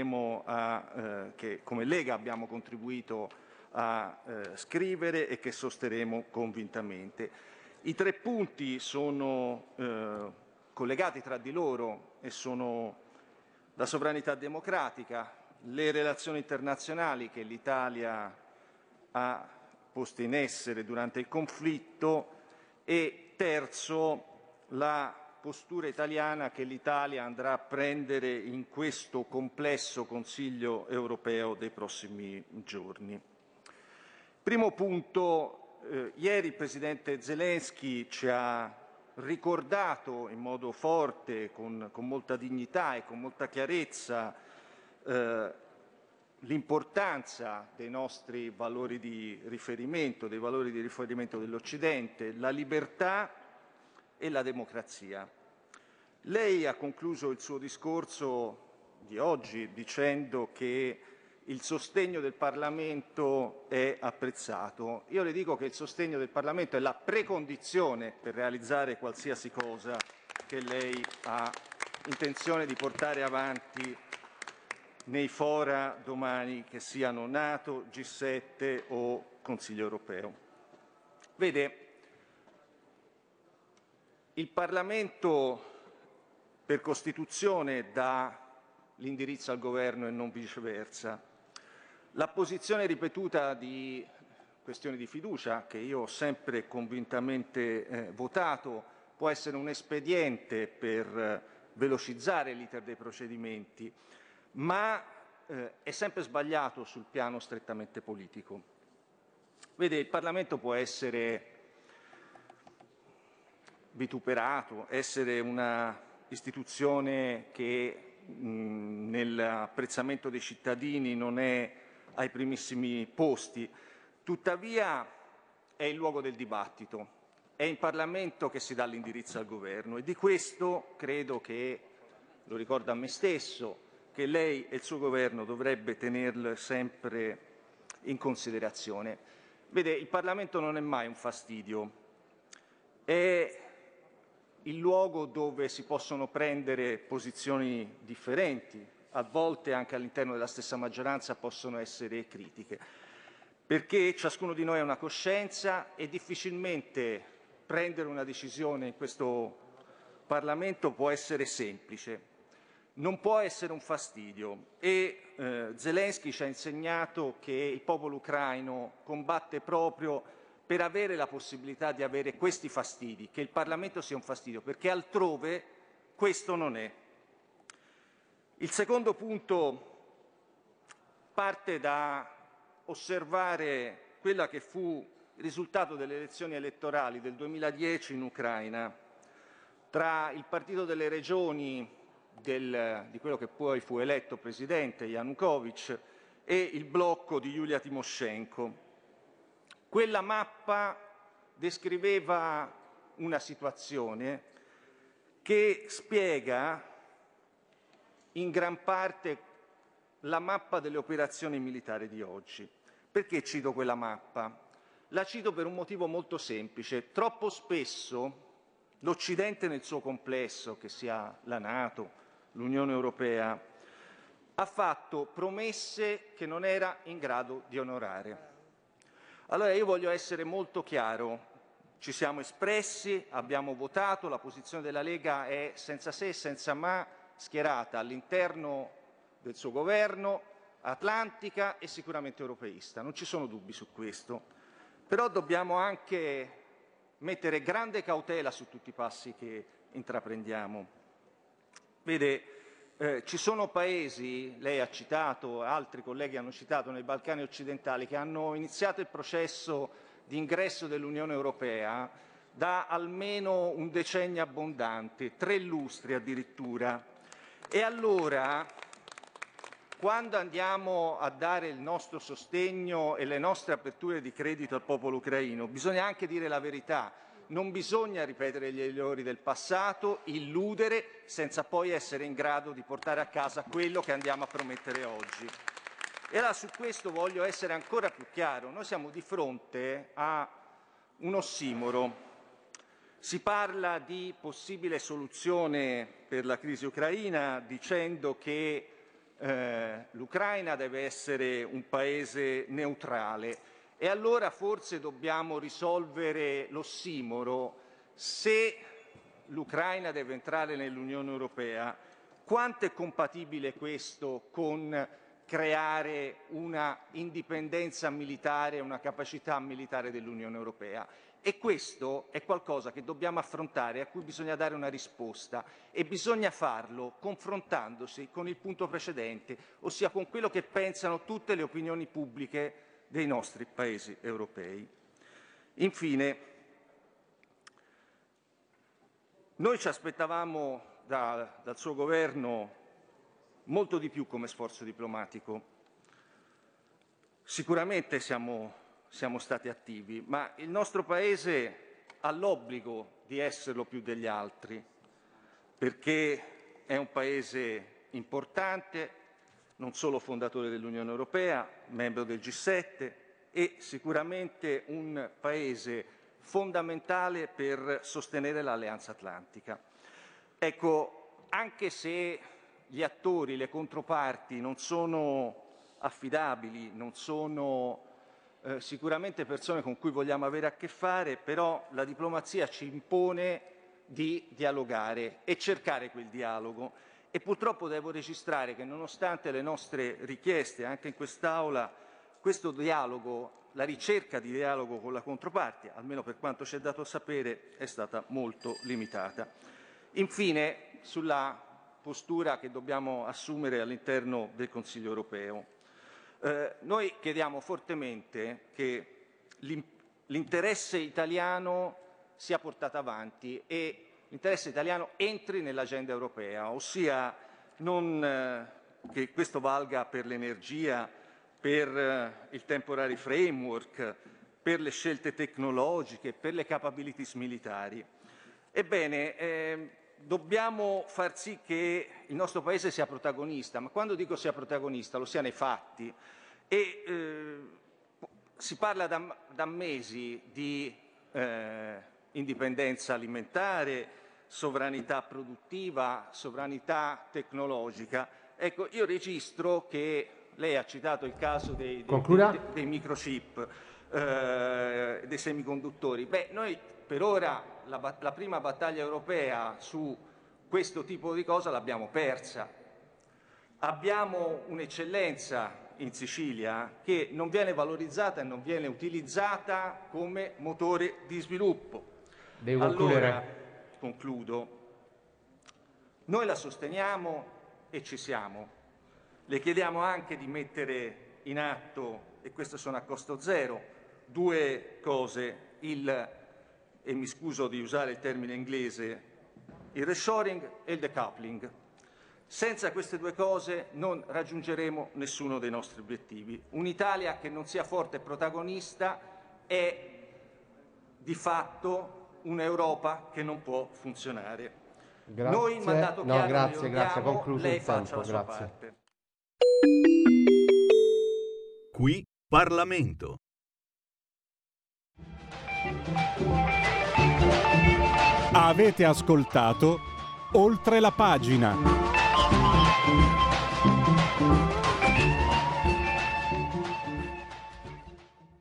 che come Lega abbiamo contribuito a scrivere e che sosterremo convintamente. I 3 punti sono collegati tra di loro e sono la sovranità democratica, le relazioni internazionali che l'Italia ha posto in essere durante il conflitto e terzo, la postura italiana che l'Italia andrà a prendere in questo complesso Consiglio europeo dei prossimi giorni. Primo punto, ieri il Presidente Zelensky ci ha ricordato in modo forte, con molta dignità e con molta chiarezza, l'importanza dei nostri valori di riferimento, dei valori di riferimento dell'Occidente, la libertà e la democrazia. Lei ha concluso il suo discorso di oggi dicendo che il sostegno del Parlamento è apprezzato. Io le dico che il sostegno del Parlamento è la precondizione per realizzare qualsiasi cosa che lei ha intenzione di portare avanti nei fora domani, che siano NATO, G7 o Consiglio europeo. Vede, il Parlamento per Costituzione dà l'indirizzo al Governo e non viceversa. La posizione ripetuta di questioni di fiducia, che io ho sempre convintamente votato, può essere un espediente per velocizzare l'iter dei procedimenti, ma è sempre sbagliato sul piano strettamente politico. Vede, il Parlamento può essere vituperato, essere una istituzione che nell'apprezzamento dei cittadini non è ai primissimi posti, tuttavia è il luogo del dibattito, è in Parlamento che si dà l'indirizzo al Governo e di questo credo che, lo ricordo a me stesso, che lei e il suo Governo dovrebbe tenerlo sempre in considerazione. Vede, il Parlamento non è mai un fastidio, è il luogo dove si possono prendere posizioni differenti, a volte anche all'interno della stessa maggioranza possono essere critiche, perché ciascuno di noi ha una coscienza e difficilmente prendere una decisione in questo Parlamento può essere semplice, non può essere un fastidio e Zelensky ci ha insegnato che il popolo ucraino combatte proprio per avere la possibilità di avere questi fastidi, che il Parlamento sia un fastidio, perché altrove questo non è. Il secondo punto parte da osservare quella che fu il risultato delle elezioni elettorali del 2010 in Ucraina tra il partito delle regioni di quello che poi fu eletto presidente, Yanukovych, e il blocco di Yulia Tymoshenko. Quella mappa descriveva una situazione che spiega in gran parte la mappa delle operazioni militari di oggi. Perché cito quella mappa? La cito per un motivo molto semplice. Troppo spesso l'Occidente nel suo complesso, che sia la NATO, l'Unione Europea, ha fatto promesse che non era in grado di onorare. Allora io voglio essere molto chiaro. Ci siamo espressi, abbiamo votato, la posizione della Lega è senza se e senza ma, schierata all'interno del suo governo, atlantica e sicuramente europeista. Non ci sono dubbi su questo. Però dobbiamo anche mettere grande cautela su tutti i passi che intraprendiamo. Vede, ci sono paesi, lei ha citato, altri colleghi hanno citato, nei Balcani occidentali, che hanno iniziato il processo di ingresso dell'Unione Europea da almeno un decennio abbondante, 3 lustri addirittura. E allora, quando andiamo a dare il nostro sostegno e le nostre aperture di credito al popolo ucraino, bisogna anche dire la verità. Non bisogna ripetere gli errori del passato, illudere, senza poi essere in grado di portare a casa quello che andiamo a promettere oggi. E allora su questo voglio essere ancora più chiaro. Noi siamo di fronte a un ossimoro. Si parla di possibile soluzione per la crisi ucraina dicendo che l'Ucraina deve essere un paese neutrale e allora forse dobbiamo risolvere l'ossimoro. Se l'Ucraina deve entrare nell'Unione Europea, quanto è compatibile questo con creare una indipendenza militare, una capacità militare dell'Unione Europea? E questo è qualcosa che dobbiamo affrontare, a cui bisogna dare una risposta e bisogna farlo confrontandosi con il punto precedente, ossia con quello che pensano tutte le opinioni pubbliche dei nostri paesi europei. Infine, noi ci aspettavamo dal suo governo molto di più come sforzo diplomatico. Sicuramente siamo stati attivi, ma il nostro Paese ha l'obbligo di esserlo più degli altri, perché è un Paese importante, non solo fondatore dell'Unione Europea, membro del G7 e sicuramente un Paese fondamentale per sostenere l'Alleanza Atlantica. Ecco, anche se gli attori, le controparti non sono affidabili, non sono sicuramente persone con cui vogliamo avere a che fare, però la diplomazia ci impone di dialogare e cercare quel dialogo. E purtroppo devo registrare che nonostante le nostre richieste, anche in quest'Aula, questo dialogo, la ricerca di dialogo con la controparte, almeno per quanto ci è dato sapere, è stata molto limitata. Infine, sulla postura che dobbiamo assumere all'interno del Consiglio europeo. Noi chiediamo fortemente che l'interesse italiano sia portato avanti e l'interesse italiano entri nell'agenda europea, ossia non che questo valga per l'energia, per il temporary framework, per le scelte tecnologiche, per le capabilities militari. Ebbene, dobbiamo far sì che il nostro Paese sia protagonista, ma quando dico sia protagonista lo sia nei fatti. E si parla da mesi di indipendenza alimentare, sovranità produttiva, sovranità tecnologica. Ecco, io registro che lei ha citato il caso dei microchip, dei semiconduttori. Beh, noi per ora la prima battaglia europea su questo tipo di cosa l'abbiamo persa. Abbiamo un'eccellenza in Sicilia che non viene valorizzata e non viene utilizzata come motore di sviluppo. Allora, concludo. Noi la sosteniamo e ci siamo. Le chiediamo anche di mettere in atto, e questo sono a costo zero, due cose, e mi scuso di usare il termine inglese, il reshoring e il decoupling. Senza queste due cose non raggiungeremo nessuno dei nostri obiettivi. Un'Italia che non sia forte e protagonista è di fatto un'Europa che non può funzionare. Grazie. Noi il mandato chiaro grazie, concluso lei il faccia tempo, la sua grazie. parte. Qui Parlamento. Avete ascoltato Oltre la pagina.